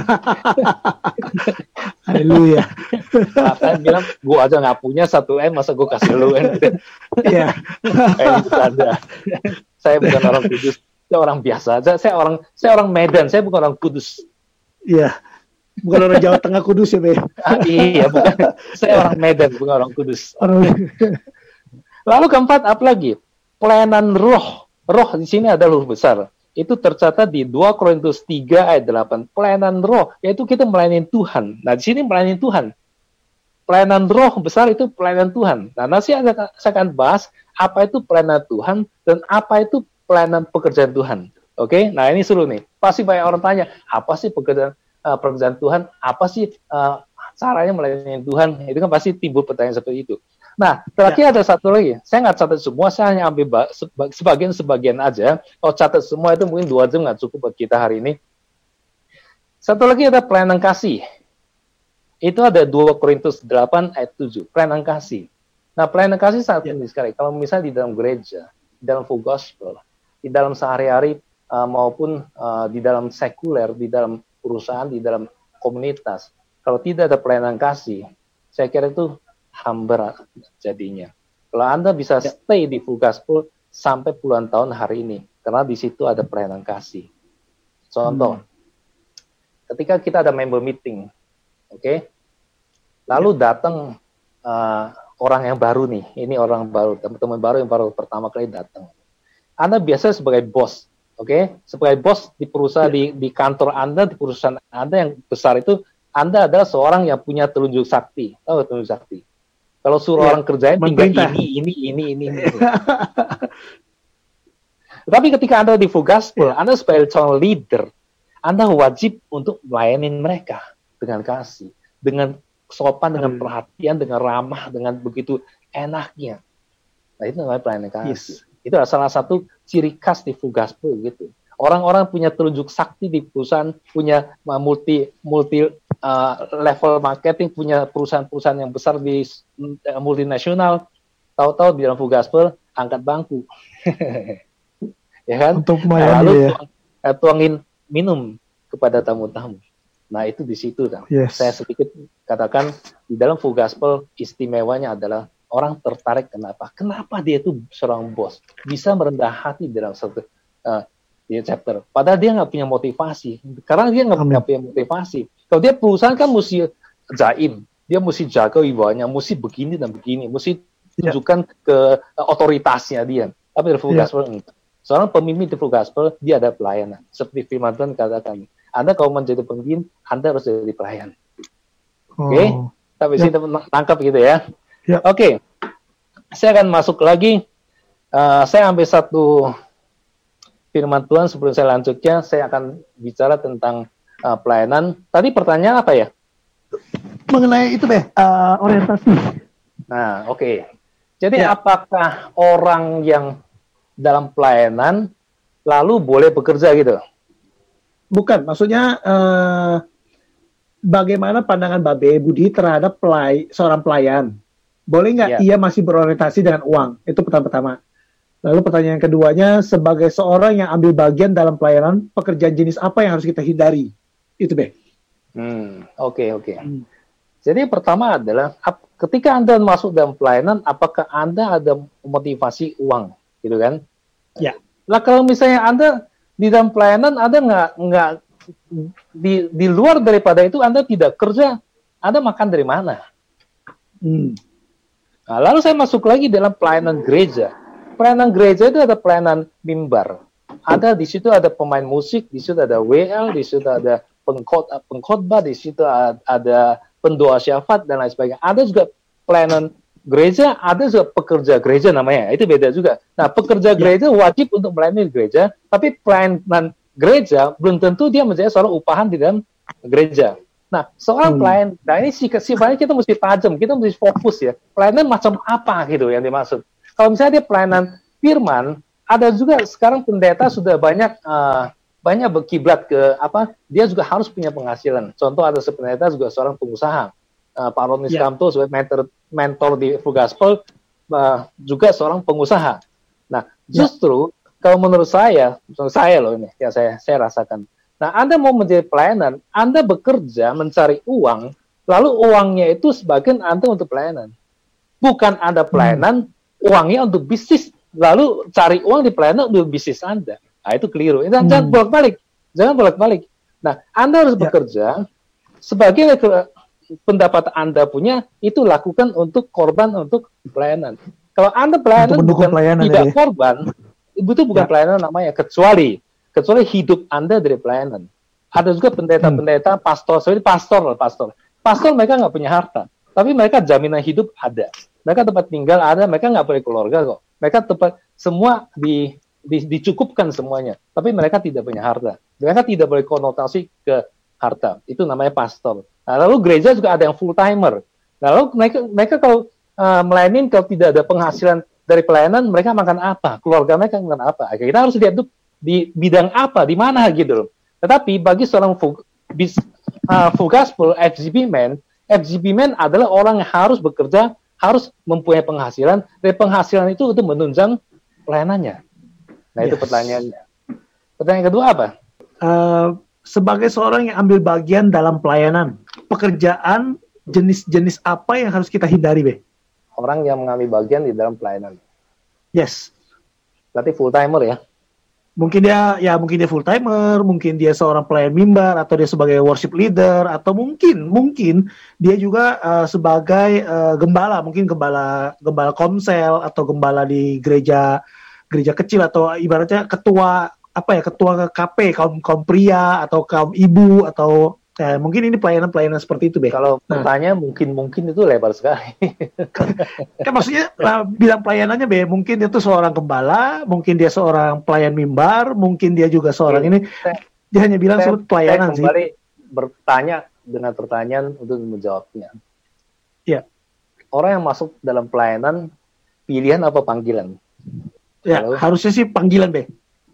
Haleluya. Pak Sam bilang, gua aja nggak punya 1 M, masa gua kasih lu kan. Iya. Itu ada. Saya bukan orang kudus, saya orang biasa. Saya orang Medan, saya bukan orang kudus. Iya. Bukan orang Jawa Tengah Kudus ya, Be? Iya, bukan. Saya orang Medan, bukan orang Kudus. Lalu keempat, apa lagi? Pelayanan roh. Roh di sini ada huruf besar. Itu tercatat di 2 Korintus 3 ayat 8. Pelayanan roh, yaitu kita melayani Tuhan. Nah, di sini melayani Tuhan. Pelayanan roh besar itu pelayanan Tuhan. Nah, nanti saya akan bahas apa itu pelayanan Tuhan dan apa itu pelayanan pekerjaan Tuhan. Oke, nah ini seru nih. Pasti banyak orang tanya, apa sih pekerjaan Tuhan? Apa sih caranya melayani Tuhan? Itu kan pasti timbul pertanyaan seperti itu. Nah, terakhir ada satu lagi. Saya nggak catat semua, saya hanya ambil sebagian aja. Kalau catat semua itu mungkin 2 jam nggak cukup buat kita hari ini. Satu lagi ada pelayanan kasih. Itu ada 2 Korintus 8 ayat 7, pelayanan kasih. Nah, pelayanan kasih sangat penting sekali. Kalau misalnya di dalam gereja, di dalam full gospel, di dalam sehari-hari maupun di dalam sekuler, di dalam perusahaan, di dalam komunitas, kalau tidak ada pelayanan kasih, saya kira itu hambar jadinya. Kalau Anda bisa stay di full gospel sampai puluhan tahun hari ini, karena di situ ada pelayanan kasih. Contoh, ketika kita ada member meeting, oke, lalu datang orang yang baru nih, ini orang baru, teman-teman baru yang baru pertama kali datang. Anda biasa sebagai bos, oke, sebagai bos di perusahaan, di kantor Anda, di perusahaan Anda yang besar itu, Anda adalah seorang yang punya telunjuk sakti, tahu telunjuk sakti? Kalau suruh orang kerjain tinggal ini. Tapi ketika Anda di full gospel, Anda sebagai calon leader, Anda wajib untuk melayani mereka dengan kasih, dengan sopan, dengan perhatian, dengan ramah, dengan begitu enaknya. Nah, itu namanya pelayanan kasih. Itu adalah salah satu ciri khas di full gospel gitu. Orang-orang punya telunjuk sakti di perusahaan, punya multi level marketing, punya perusahaan-perusahaan yang besar di multinasional. Tahu-tahu di dalam full gospel angkat bangku, ya kan? Untuk lalu tuangin minum kepada tamu-tamu. Nah, itu di situ kan. Saya sedikit katakan di dalam full gospel istimewanya adalah orang tertarik. Kenapa dia itu seorang bos bisa merendah hati dalam satu chapter. Padahal dia nggak punya motivasi. Karena dia nggak punya motivasi. Kalau dia perusahaan kan mesti jaim, dia mesti jaga wibawanya, mesti begini dan begini, mesti tunjukkan ke otoritasnya dia. Tapi di full gospel seorang pemimpin di full gospel dia ada pelayanan. Seperti firman Tuhan katakan, Anda kalau menjadi pemimpin, Anda harus jadi pelayan. Oke, tapi sini tangkap gitu ya. Oke, saya akan masuk lagi. Saya ambil satu firman Tuhan sebelum saya lanjutnya. Saya akan bicara tentang pelayanan. Tadi pertanyaan apa ya? Mengenai itu orientasi. Nah, oke. Jadi apakah orang yang dalam pelayanan lalu boleh bekerja gitu? Bukan, maksudnya bagaimana pandangan Babe Budi terhadap seorang pelayan? Boleh nggak ia masih berorientasi dengan uang? Itu pertama-tama. Lalu pertanyaan keduanya, sebagai seorang yang ambil bagian dalam pelayanan, pekerjaan jenis apa yang harus kita hindari? Itu, Be. Oke. Jadi pertama adalah, ketika Anda masuk dalam pelayanan, apakah Anda ada motivasi uang? Gitu kan? Ya. Lah kalau misalnya Anda di dalam pelayanan, Anda nggak di luar daripada itu, Anda tidak kerja, Anda makan dari mana? Nah, lalu saya masuk lagi dalam pelayanan gereja. Pelayanan gereja itu ada pelayanan mimbar. Ada di situ ada pemain musik, di situ ada WL, di situ ada pengkhotbah, di situ ada pendoa syafaat dan lain sebagainya. Ada juga pelayanan gereja, ada juga pekerja gereja namanya. Itu beda juga. Nah, pekerja gereja wajib untuk melayani gereja, tapi pelayanan gereja belum tentu dia menjadi seorang upahan di dalam gereja. Nah, seorang pelayan, nah ini sifatnya kita mesti tajam, kita mesti fokus ya. Pelayanan macam apa gitu yang dimaksud. Kalau misalnya dia pelayanan firman, ada juga sekarang pendeta sudah banyak berkiblat ke dia juga harus punya penghasilan. Contoh ada pendeta juga seorang pengusaha. Pak Roni Skamto sebagai mentor di Full Gospel juga seorang pengusaha. Nah, justru kalau menurut saya loh ini, ya saya rasakan. Nah, Anda mau menjadi pelayanan, Anda bekerja mencari uang, lalu uangnya itu sebagian Anda untuk pelayanan. Bukan Anda pelayanan, uangnya untuk bisnis, lalu cari uang di pelayanan untuk bisnis Anda. Nah, itu keliru. Jangan bolak-balik. Nah, Anda harus bekerja sebagai pendapat Anda punya, itu lakukan untuk korban untuk pelayanan. Kalau Anda pelayanan bukan tidak korban, itu bukan pelayanan namanya, kecuali hidup Anda dari pelayanan. Ada juga pendeta-pendeta, pastor mereka nggak punya harta, tapi mereka jaminan hidup ada, mereka tempat tinggal ada, mereka nggak punya keluarga kok, mereka tempat semua dicukupkan semuanya, tapi mereka tidak punya harta. Mereka tidak boleh konotasi ke harta. Itu namanya pastor. Nah, lalu gereja juga ada yang full timer. Nah, lalu mereka kalau melayani, kalau tidak ada penghasilan dari pelayanan, mereka makan apa? Keluarga mereka makan apa? Kita harus lihat di bidang apa, di mana gitu loh. Tetapi bagi seorang full gospel FGB man adalah orang yang harus bekerja, harus mempunyai penghasilan. Dari penghasilan itu untuk menunjang pelayanannya. Nah, itu pertanyaannya. Pertanyaan kedua apa? Sebagai seorang yang ambil bagian dalam pelayanan, pekerjaan jenis-jenis apa yang harus kita hindari, Be? Orang yang mengambil bagian di dalam pelayanan. Yes. Berarti full timer ya? Mungkin dia full timer, mungkin dia seorang pelayan mimbar, atau dia sebagai worship leader, atau mungkin dia juga sebagai gembala, mungkin gembala komsel atau gembala di gereja kecil, atau ibaratnya ketua KP kaum pria atau kaum ibu, atau mungkin ini pelayanan seperti itu, Be. Kalau pertanyaan mungkin itu lebar sekali. Kan maksudnya bilang pelayanannya, Be, mungkin itu seorang gembala, mungkin dia seorang pelayan mimbar, mungkin dia juga seorang ini. Dia hanya bilang sebut pelayanan sih. Saya kembali bertanya dengan pertanyaan untuk menjawabnya. Ya. Orang yang masuk dalam pelayanan, pilihan apa panggilan? Ya, harusnya sih panggilan, Be.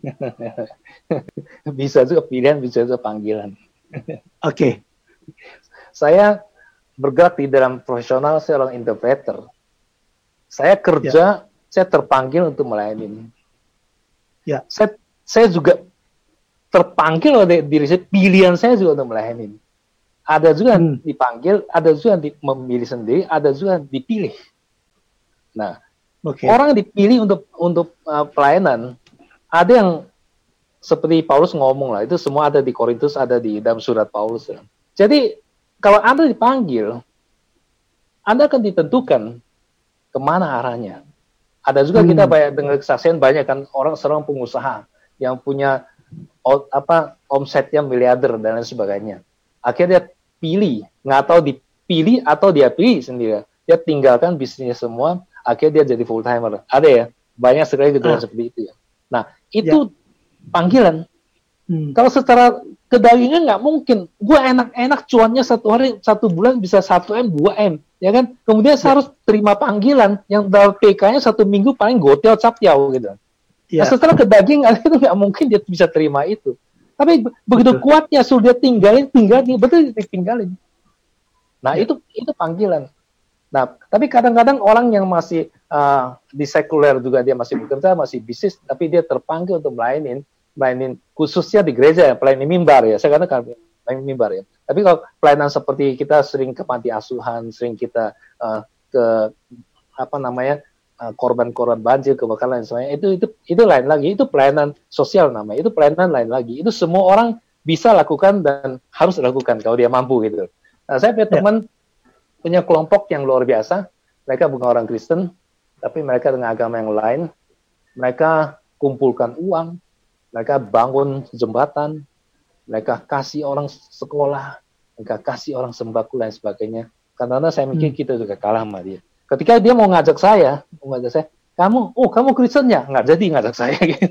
Bisa juga pilihan, bisa juga panggilan. Oke. Saya bergerak di dalam profesional, saya orang interpreter. Saya kerja, saya terpanggil untuk melayani. Ya. Saya juga terpanggil oleh diri saya, pilihan saya juga untuk melayani. Ada juga yang dipanggil, ada juga yang memilih sendiri, ada juga yang dipilih. Nah, orang yang dipilih untuk pelayanan, ada yang seperti Paulus ngomong lah, itu semua ada di Korintus, ada di dalam surat Paulus. Jadi kalau Anda dipanggil, Anda akan ditentukan kemana arahnya. Ada juga kita banyak dengar kesaksian, banyak kan seorang pengusaha yang punya omsetnya miliarder dan lain sebagainya. Akhirnya dia pilih, nggak tahu dipilih atau dia pilih sendiri. Dia tinggalkan bisnisnya semua, akhirnya dia jadi full timer. Ada ya, banyak sekali kejadian seperti itu ya. Nah, itu panggilan. Kalau secara kedagingan nggak mungkin. Gue enak-enak cuannya satu bulan bisa 1M, 2M, ya kan? Kemudian saya harus terima panggilan yang dalam PK-nya 1 minggu paling gotel captiau gitu. Nah, setelah kedagingan itu nggak mungkin dia bisa terima itu. Tapi begitu kuatnya suruh dia tinggalin, betul ditinggalin. Nah, itu panggilan. Nah, tapi kadang-kadang orang yang masih di sekuler juga dia masih bekerja, masih bisnis, tapi dia terpanggil untuk melayanin khususnya di gereja, pelayanan mimbar ya. Saya katakan pelayanan mimbar ya. Tapi kalau pelayanan seperti kita sering ke panti asuhan, sering kita ke korban-korban banjir, kebakaran dan sebagainya, itu lain lagi. Itu pelayanan sosial namanya. Itu pelayanan lain lagi. Itu semua orang bisa lakukan dan harus lakukan kalau dia mampu gitu. Nah, saya punya teman punya kelompok yang luar biasa. Mereka bukan orang Kristen, tapi mereka dengan agama yang lain. Mereka kumpulkan uang, mereka bangun jembatan, mereka kasih orang sekolah, mereka kasih orang sembako dan sebagainya. Karena saya mikir kita juga kalah sama dia. Ketika dia mau ngajak saya, kamu Kristen ya? Nggak jadi ngajak saya gitu.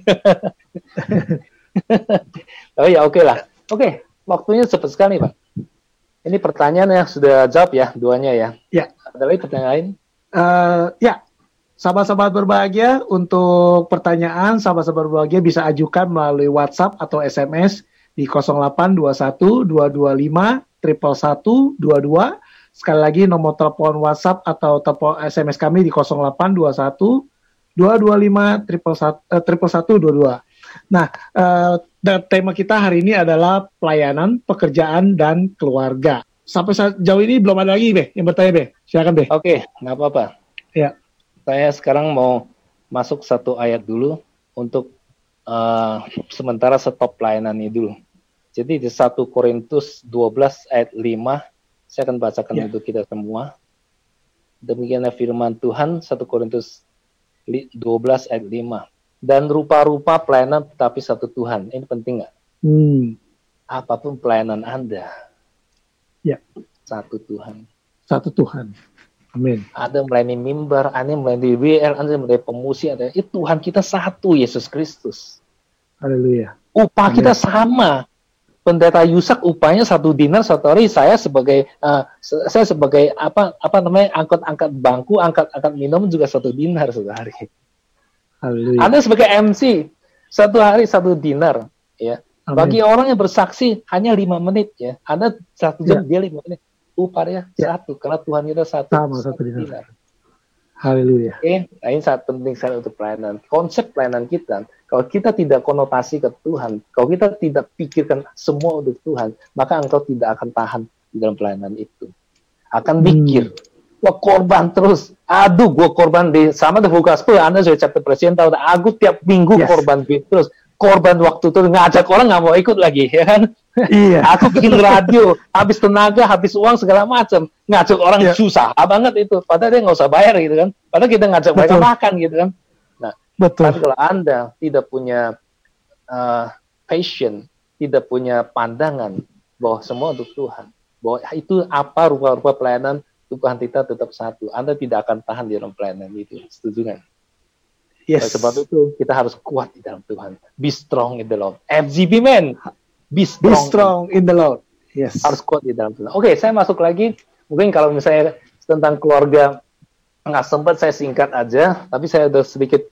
Oh ya, oke lah. Oke, waktunya cepat sekali, Pak. Ini pertanyaan yang sudah jawab ya, duanya ya. Ya. Ada lagi pertanyaan lain? Ya, sahabat-sahabat berbahagia, untuk pertanyaan sahabat-sahabat berbahagia bisa ajukan melalui WhatsApp atau SMS di 0821 225 111 22. Sekali lagi nomor telepon WhatsApp atau telepon SMS kami di 0821 225 111 22. Nah, tema kita hari ini adalah pelayanan, pekerjaan, dan keluarga. Sampai sejauh ini belum ada lagi, Be, yang bertanya, Be. Silakan, Be. Oke, nggak apa-apa. Ya. Saya sekarang mau masuk satu ayat dulu untuk sementara stop pelayanan ini dulu. Jadi di 1 Korintus 12 ayat 5, saya akan bacakan untuk kita semua. Demikianlah firman Tuhan, 1 Korintus 12 ayat 5. Dan rupa-rupa pelayanan tetapi satu Tuhan. Ini penting nggak? Apapun pelayanan Anda, satu Tuhan. Satu Tuhan. Amin. Ada melayani mimbar, ada yang melayani WL, ada yang melayani pemusi, ada. Itu Tuhan kita satu, Yesus Kristus. Haleluya. Upah kita sama. Pendeta Yusak upahnya 1 dinar satu hari. Saya sebagai angkat bangku, angkat minum juga 1 dinar satu hari. Haleluya. Anda sebagai MC 1 hari 1 dinar, ya. Amin. Bagi orang yang bersaksi hanya 5 menit, ya. Anda 1 jam, dia 5 menit. Upahnya 1, karena Tuhan kita satu. Sama 1 dinar. Haleluya. Oke, nah ini sangat penting sekali untuk pelayanan. Konsep pelayanan kita, kalau kita tidak konotasi ke Tuhan, kalau kita tidak pikirkan semua untuk Tuhan, maka engkau tidak akan tahan di dalam pelayanan itu. Akan mikir, wah korban terus. Aduh, gue korban sama The Full Gospel, Anda sudah chapter presiden tahu, aku tiap minggu korban terus. Korban waktu itu ngajak orang nggak mau ikut lagi, ya kan? Iya. Aku bikin radio, habis tenaga, habis uang segala macam, ngajak orang susah banget itu. Padahal dia nggak usah bayar gitu kan. Padahal kita ngajak mereka makan gitu kan. Nah, tapi kalau Anda tidak punya passion, tidak punya pandangan bahwa semua untuk Tuhan, bahwa itu apa rupa-rupa pelayanan, Tuhan kita tetap satu. Anda tidak akan tahan di dalam pelayanan itu. Setuju kan? Yes. Oleh sebab itu kita harus kuat di dalam Tuhan. Be strong in the Lord. FGB men. Be strong in the Lord. Yes. Harus kuat di dalam Tuhan. Oke, saya masuk lagi. Mungkin kalau misalnya tentang keluarga nggak sempat, saya singkat aja. Tapi saya udah sedikit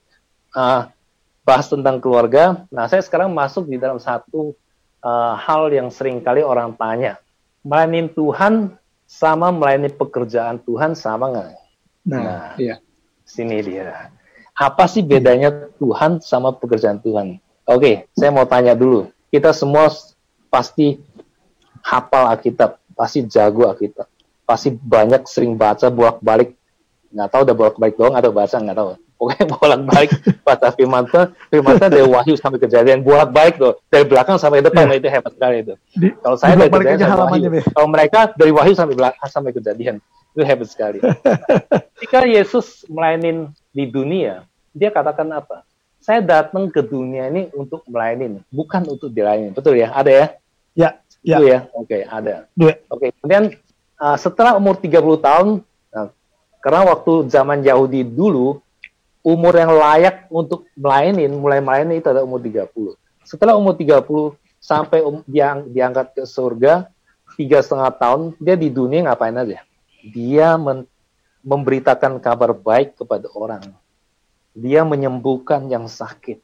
bahas tentang keluarga. Nah, saya sekarang masuk di dalam satu hal yang sering kali orang tanya. Melayani Tuhan sama melayani pekerjaan Tuhan sama nggak? Nah, iya. Sini dia. Apa sih bedanya Tuhan sama pekerjaan Tuhan? Oke, saya mau tanya dulu. Kita semua pasti hafal Alkitab, pasti jago Alkitab, pasti banyak sering baca bolak-balik. Nggak tahu udah bolak-balik doang atau baca, nggak tahu. Pokoknya bolak-balik baca firman Tuhan dari Wahyu sampai Kejadian, bolak-balik tuh, dari belakang sampai depan, itu hebat sekali itu. Kalau saya dari Kejadian sampai Wahyu, kalau mereka dari Wahyu sampai Kejadian, itu hebat sekali. Ketika Yesus melayani di dunia, dia katakan apa? Saya datang ke dunia ini untuk melayani, bukan untuk dilayani. Betul ya? Ada ya? Ya. Betul ya? Oke, ada. Oke, kemudian setelah umur 30 tahun, karena waktu zaman Yahudi dulu, umur yang layak untuk mulai melayani itu ada umur 30. Setelah umur 30 sampai dia diangkat ke surga, 3,5 tahun, dia di dunia ngapain aja? Dia memberitakan kabar baik kepada orang. Dia menyembuhkan yang sakit.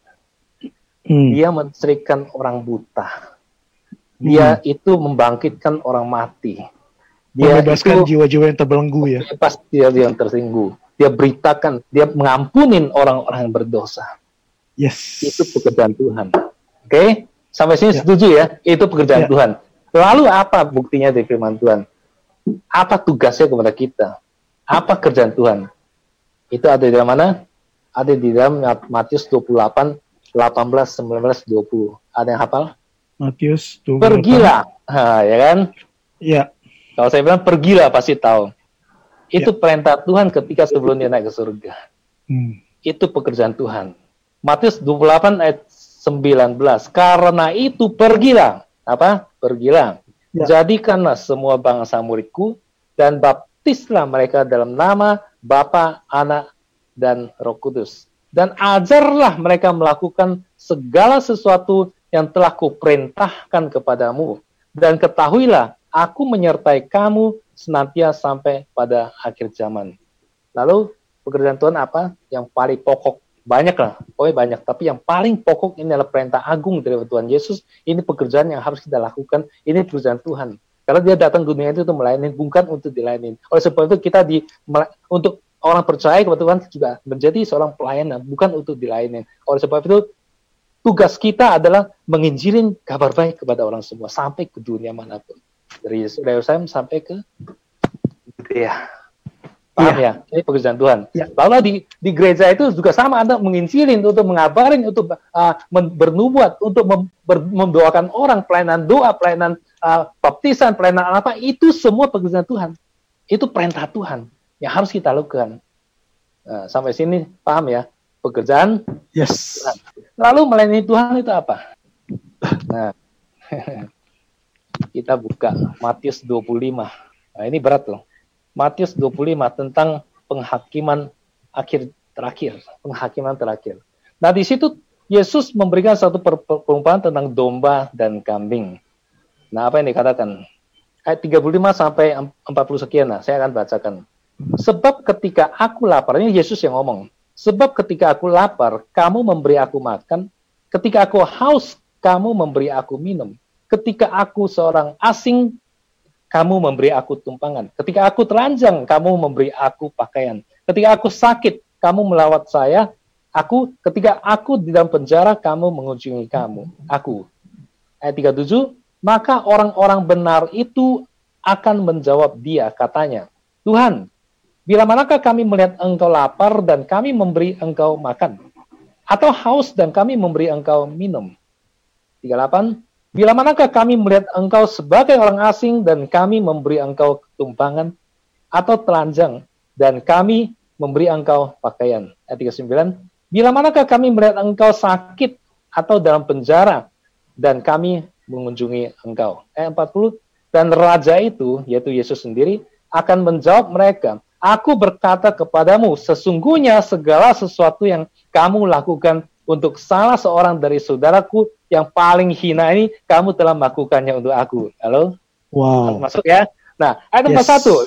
Dia menceritakan orang buta. Dia itu membangkitkan orang mati. Dia membebaskan jiwa-jiwa yang terbelenggu ya. Bebas dia yang tersinggung. Dia beritakan, dia mengampunin orang-orang yang berdosa. Yes. Itu pekerjaan Tuhan. Oke? Sampai sini setuju ya? Itu pekerjaan Tuhan. Lalu apa buktinya dari firman Tuhan? Apa tugasnya kepada kita? Apa kerjaan Tuhan? Itu ada di dalam mana? Ada di dalam Matius 28, 18, 19, 20. Ada yang hafal? Matius 28. Pergilah. Ya kan? Iya. Kalau saya bilang pergilah pasti tahu. Itu perintah Tuhan ketika sebelum dia naik ke surga. Itu pekerjaan Tuhan. Matius 28 ayat 19. Karena itu pergilah. Apa? Pergilah. Jadikanlah semua bangsa muridku dan baptislah mereka dalam nama Bapa, Anak, dan Roh Kudus. Dan ajarlah mereka melakukan segala sesuatu yang telah kuperintahkan kepadamu. Dan ketahuilah, aku menyertai kamu senantiasa sampai pada akhir zaman. Lalu, pekerjaan Tuhan apa? Yang paling pokok. Banyak lah, pokoknya banyak. Tapi yang paling pokok ini adalah perintah agung dari Tuhan Yesus. Ini pekerjaan yang harus kita lakukan. Ini pekerjaan Tuhan. Karena dia datang ke dunia itu untuk melayani, bukan untuk dilayani. Oleh sebab itu kita untuk orang percaya kepada Tuhan juga menjadi seorang pelayan, bukan untuk dilayani. Oleh sebab itu, tugas kita adalah menginjilin kabar baik kepada orang semua, sampai ke dunia manapun. Dari Yerusalem sampai ke Yudea. Paham ya? Ini pekerjaan Tuhan. Lalu di gereja itu juga sama, Anda menginjilin, untuk mengabarin, untuk bernubuat, untuk mendoakan orang, pelayanan doa, pelayanan baptisan, pelayanan apa, itu semua pekerjaan Tuhan. Itu perintah Tuhan yang harus kita lakukan. Sampai sini paham ya? Pekerjaan Tuhan. Lalu melayani Tuhan itu apa? Nah, kita buka Matius 25. Nah, ini berat loh. Matius 25 tentang penghakiman penghakiman terakhir. Nah, di situ Yesus memberikan satu perumpamaan tentang domba dan kambing. Nah, apa yang dikatakan? Ayat 35 sampai 40 sekian. Nah, saya akan bacakan. Sebab ketika aku lapar, ini Yesus yang ngomong. Sebab ketika aku lapar, kamu memberi aku makan. Ketika aku haus, kamu memberi aku minum. Ketika aku seorang asing, kamu memberi aku tumpangan. Ketika aku telanjang, kamu memberi aku pakaian. Ketika aku sakit, kamu melawat saya. Ketika aku di dalam penjara, kamu mengunjungi aku. Ayat 37, maka orang-orang benar itu akan menjawab dia, katanya, Tuhan, bila manakah kami melihat engkau lapar dan kami memberi engkau makan? Atau haus dan kami memberi engkau minum? 38, bila manakah kami melihat engkau sebagai orang asing dan kami memberi engkau tumpangan? Atau telanjang dan kami memberi engkau pakaian? Ayat 39, bila manakah kami melihat engkau sakit atau dalam penjara dan kami mengunjungi engkau? Ayat 40, dan raja itu, yaitu Yesus sendiri, akan menjawab mereka, aku berkata kepadamu, sesungguhnya segala sesuatu yang kamu lakukan untuk salah seorang dari saudaraku yang paling hina ini, kamu telah melakukannya untuk aku. Halo? Wow. Masuk ya? Nah, ayat 41,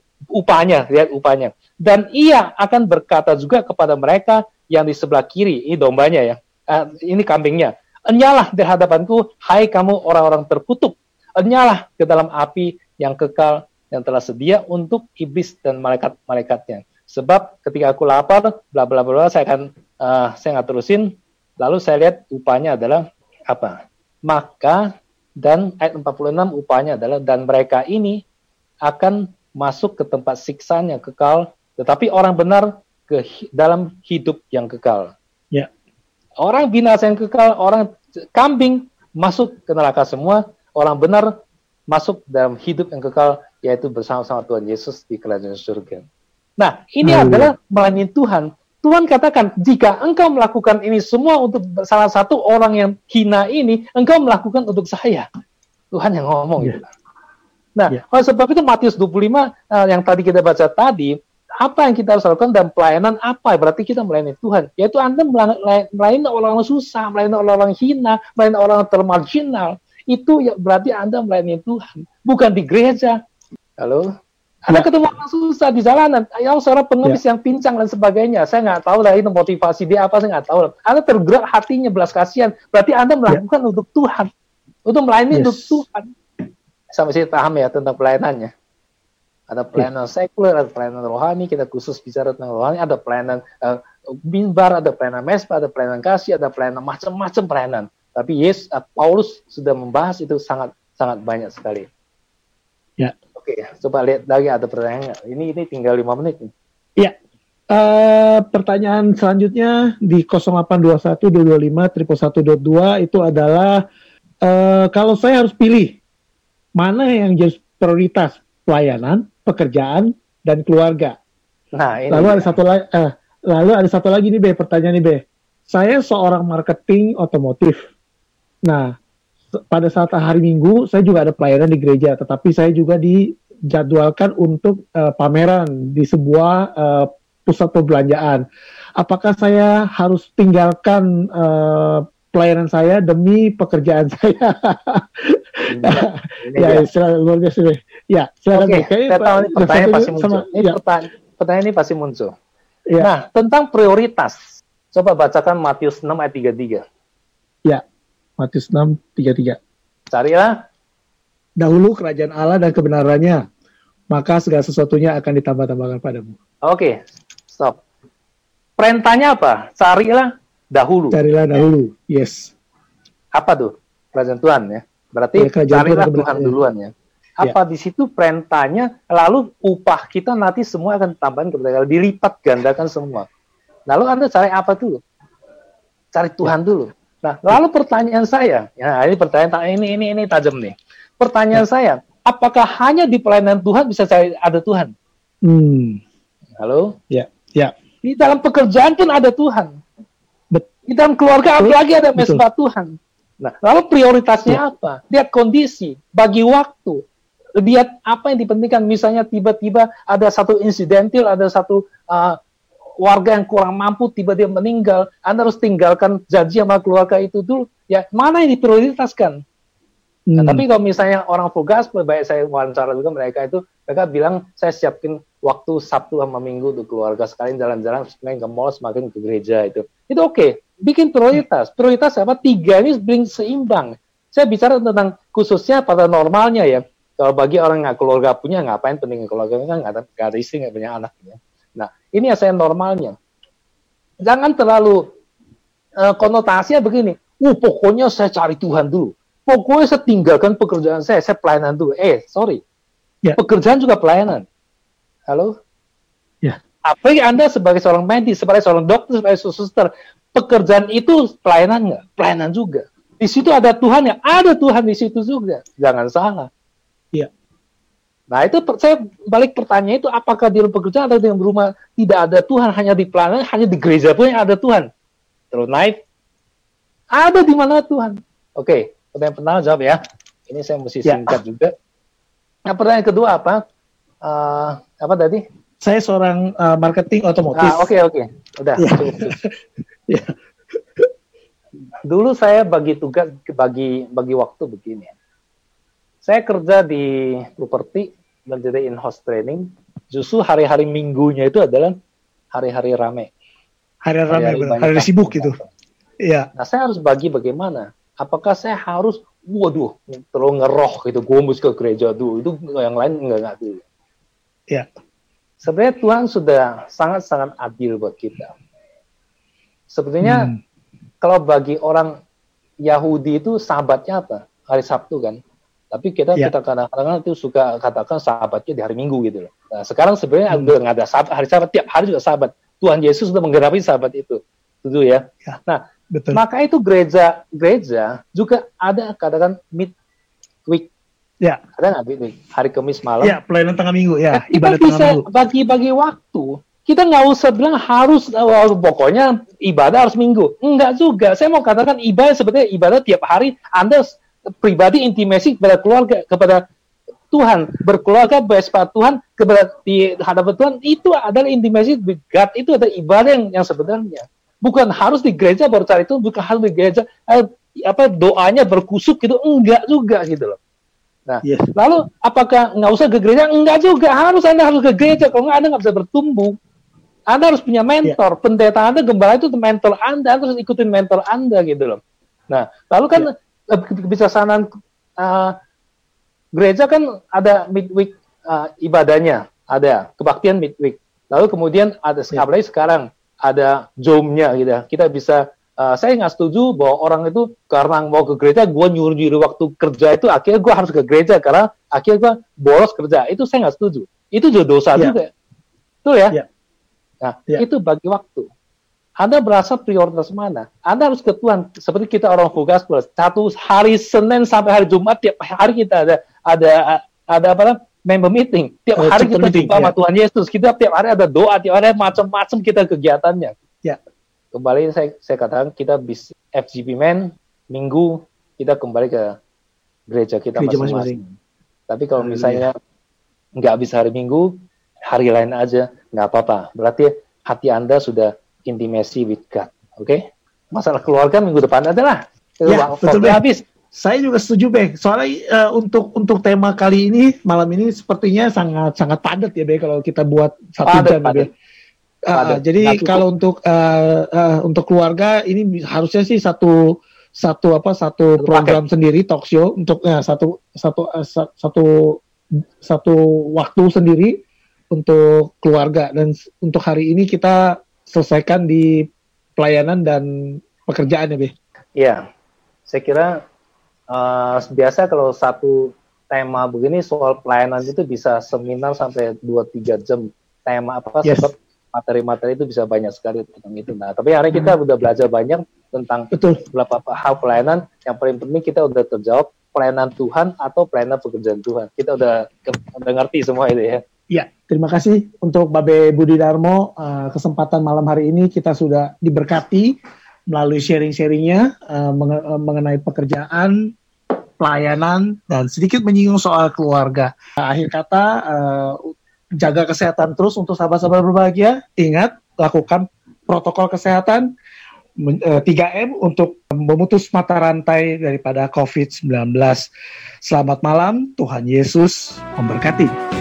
lihat upahnya. Dan ia akan berkata juga kepada mereka yang di sebelah kiri, ini dombanya ya, ini kambingnya. Enyalah di hadapanku, hai kamu orang-orang terkutuk. Enyalah ke dalam api yang kekal yang telah sedia untuk iblis dan malaikat-malaikatnya. Sebab ketika aku lapar, bla bla bla, saya nggak terusin. Lalu saya lihat upahnya adalah apa? Maka, dan ayat 46 upahnya adalah, dan mereka ini akan masuk ke tempat siksaan yang kekal, tetapi orang benar ke dalam hidup yang kekal. Ya. Orang binasa yang kekal, orang kambing masuk ke neraka semua, orang benar masuk dalam hidup yang kekal, yaitu bersama-sama Tuhan Yesus di kerajaan surga. Nah, ini adalah melayani Tuhan. Tuhan katakan, jika engkau melakukan ini semua untuk salah satu orang yang hina ini, engkau melakukan untuk saya. Tuhan yang ngomong. Yeah. Gitu. Nah, oleh sebab itu Matius 25 yang tadi kita baca tadi, apa yang kita harus lakukan dalam pelayanan apa? Berarti kita melayani Tuhan. Yaitu Anda melayani orang-orang susah, melayani orang-orang hina, melayani orang termarginal. Itu ya berarti Anda melayani Tuhan. Bukan di gereja. Halo? Anda ketemu orang susah di jalanan, yang seorang pengemis yang pincang dan sebagainya. Saya nggak tahu lah itu motivasi dia apa, saya nggak tahu. Anda tergerak hatinya belas kasihan. Berarti Anda melakukan untuk Tuhan. Untuk melayani untuk Tuhan. Sampai sini paham ya tentang pelayanannya. Ada pelayanan sekuler, ada pelayanan rohani, kita khusus bicara tentang rohani, ada pelayanan mimbar, ada pelayanan mesbah, ada pelayanan kasih, ada pelayanan macam-macam pelayanan. Tapi Paulus sudah membahas itu sangat banyak sekali. Ya. Oke, coba lihat lagi ada pertanyaan. Ini tinggal 5 menit. Iya. Pertanyaan selanjutnya di 0821 225 111.2 itu adalah kalau saya harus pilih mana yang jadi prioritas, pelayanan, pekerjaan, dan keluarga. Nah, ini lalu ada satu lagi nih, Be, pertanyaan nih, Be. Saya seorang marketing otomotif. Nah, pada saat hari Minggu, saya juga ada pelayanan di gereja, tetapi saya juga dijadwalkan untuk pameran di sebuah pusat perbelanjaan. Apakah saya harus tinggalkan pelayanan saya demi pekerjaan saya? Luar biasa. Ya, silakan. Oke, saya tahu ini pertanyaan pasti muncul. Pertanyaan ini pasti muncul. Ya. Nah, tentang prioritas, coba bacakan Matius 6 ayat 33. Ya, Matius 6:33. Carilah dahulu kerajaan Allah dan kebenarannya, maka segala sesuatunya akan ditambah-tambahkan padamu. Oke, stop. Perintahnya apa? Carilah dahulu. Carilah dahulu, yes. Apa tuh? Kerajaan Tuhan ya. Berarti carilah Tuhan duluan ya. Apa di situ perintahnya, lalu upah kita nanti semua akan tambahkan kepada Allah, dilipat gandakan semua. Lalu Anda cari apa dulu? Cari Tuhan dulu. Nah, lalu pertanyaan saya, ya ini pertanyaan ini tajam nih. Pertanyaan saya, apakah hanya di pelayanan Tuhan bisa cari ada Tuhan? Halo? Ya. Di dalam pekerjaan pun ada Tuhan. Di dalam keluarga apalagi ada mesbah Tuhan. Nah, lalu prioritasnya apa? Lihat kondisi, bagi waktu. lihat apa yang dipentingkan. Misalnya tiba-tiba ada satu insidentil, ada satu warga yang kurang mampu tiba-tiba meninggal, Anda harus tinggalkan janji sama keluarga itu dulu. Ya, mana yang diprioritaskan? Nah, tapi kalau misalnya orang full gospel, baik saya wawancara juga mereka bilang, saya siapin waktu Sabtu sama Minggu untuk keluarga, sekalian jalan-jalan, semakin ke mall, semakin ke gereja itu oke. Bikin prioritas apa? 3 ini being seimbang. Saya bicara tentang khususnya pada normalnya ya. Kalau bagi orang yang keluarga punya, ngapain pentingin keluarga, kan nggak ada istri, nggak punya anak ya. Nah, ini yang saya normalnya. Jangan terlalu konotasinya begini. Pokoknya saya cari Tuhan dulu. Pokoknya saya tinggalkan pekerjaan saya pelayanan dulu. Sorry. Ya. Pekerjaan juga pelayanan. Halo? Ya. Apalagi Anda sebagai seorang medis, sebagai seorang dokter, sebagai suster, pekerjaan itu pelayanan nggak? Pelayanan juga. Di situ ada Tuhan ya? Ada Tuhan di situ juga. Jangan salah. Ya. Nah, itu saya balik pertanyaan itu, apakah di pekerjaan atau di rumah tidak ada Tuhan, hanya di pelayanan, hanya di gereja pun yang ada Tuhan? Terus naik. Ada di mana Tuhan? Oke. Pertanyaan pertama jawab ya. Ini saya mesti singkat juga. Nah, pertanyaan kedua apa? Apa tadi? Saya seorang marketing otomotif. Oke. Udah. Ya. Cukup. Ya. Dulu saya bagi tugas, bagi waktu begini. Saya kerja di properti, menjadi in-house training. Justru hari-hari minggunya itu adalah hari-hari rame. Hari sibuk gitu. Iya. Nah, saya harus bagi bagaimana? Apakah saya harus, terlalu ngeroh gitu, gue mesti ke gereja dulu, itu yang lain enggak dulu. Ya. Sebenarnya Tuhan sudah sangat-sangat adil buat kita. Sebetulnya kalau bagi orang Yahudi itu sahabatnya apa? Hari Sabtu kan. Tapi kita kadang-kadang itu suka katakan sahabatnya di hari Minggu gitu loh. Nah, sekarang sebenarnya udah nggak ada hari Sabat, tiap hari juga sahabat. Tuhan Yesus sudah menggenapi sahabat itu. Itu ya. Nah, betul. Maka itu gereja juga ada katakan midweek. Ya. Ada nggak midweek? Hari Kamis malam. Ya, pelayanan tengah minggu ya. Ibadah tengah minggu. Bagi waktu. Kita nggak usah bilang harus pokoknya ibadah harus minggu. Enggak juga. Saya mau katakan ibadah sebetulnya ibadah tiap hari. Anda pribadi intimasi kepada keluarga, kepada Tuhan, berkeluarga bersama Tuhan, kepada di hadapan Tuhan, itu adalah intimasi with God. Itu adalah ibadah yang sebenarnya. Bukan harus di gereja baru cari Tuhan, bukan harus di gereja doanya berkusuk gitu, enggak juga gitu loh. Nah, lalu apakah nggak usah ke gereja? Enggak juga, Anda harus ke gereja, kalau nggak Anda nggak bisa bertumbuh. Anda harus punya mentor, pendeta Anda, gembala itu mentor Anda harus ikutin mentor Anda gitu loh. Nah, lalu kan kebijaksanaan gereja kan ada midweek ibadahnya, ada kebaktian midweek. Lalu kemudian ada apalagi sekarang ada Zoom-nya gitu. Kita bisa, saya nggak setuju bahwa orang itu karena mau ke gereja, gue nyuruh waktu kerja itu, akhirnya gue harus ke gereja karena akhirnya gue bolos kerja. Itu saya nggak setuju. Itu juga dosa juga. Betul ya? Nah, itu bagi waktu. Anda berasa prioritas mana? Anda harus ke Tuhan. Seperti kita orang full gospel. Satu hari Senin sampai hari Jumat, tiap hari kita ada member meeting. Tiap hari kita jumpa sama Tuhan Yesus. Kita tiap hari ada doa, tiap hari macam-macam kita kegiatannya. Kembali saya katakan kita bisa FGP Men, Minggu kita kembali ke gereja kita masing-masing. Tapi kalau misalnya nggak bisa hari Minggu, hari lain aja, nggak apa-apa. Berarti hati Anda sudah intimacy with God. Oke? Masalah keluarga minggu depan adalah. Betul habis. Saya juga setuju, Be. Soalnya untuk tema kali ini, malam ini sepertinya sangat padat ya, Be, kalau kita buat 1 jam, Be. Jadi kalau untuk keluarga ini harusnya sih satu program sendiri, talk show untuk satu waktu sendiri untuk keluarga, dan untuk hari ini kita selesaikan di pelayanan dan pekerjaan ya, Be. Iya, saya kira biasa kalau satu tema begini soal pelayanan itu bisa seminar sampai 2-3 jam. Tema apa? Sebab materi-materi itu bisa banyak sekali tentang itu. Nah, tapi hari kita udah belajar banyak tentang beberapa hal pelayanan. Yang paling penting kita udah terjawab pelayanan Tuhan atau pelayanan pekerjaan Tuhan. Kita udah ngerti semua itu ya. Ya, terima kasih untuk Babe Budi Darmo. Kesempatan malam hari ini kita sudah diberkati melalui sharing-sharingnya mengenai pekerjaan, pelayanan, dan sedikit menyinggung soal keluarga. Akhir kata, jaga kesehatan terus untuk sahabat-sahabat berbahagia. Ingat, lakukan protokol kesehatan 3M untuk memutus mata rantai daripada COVID-19. Selamat malam, Tuhan Yesus memberkati.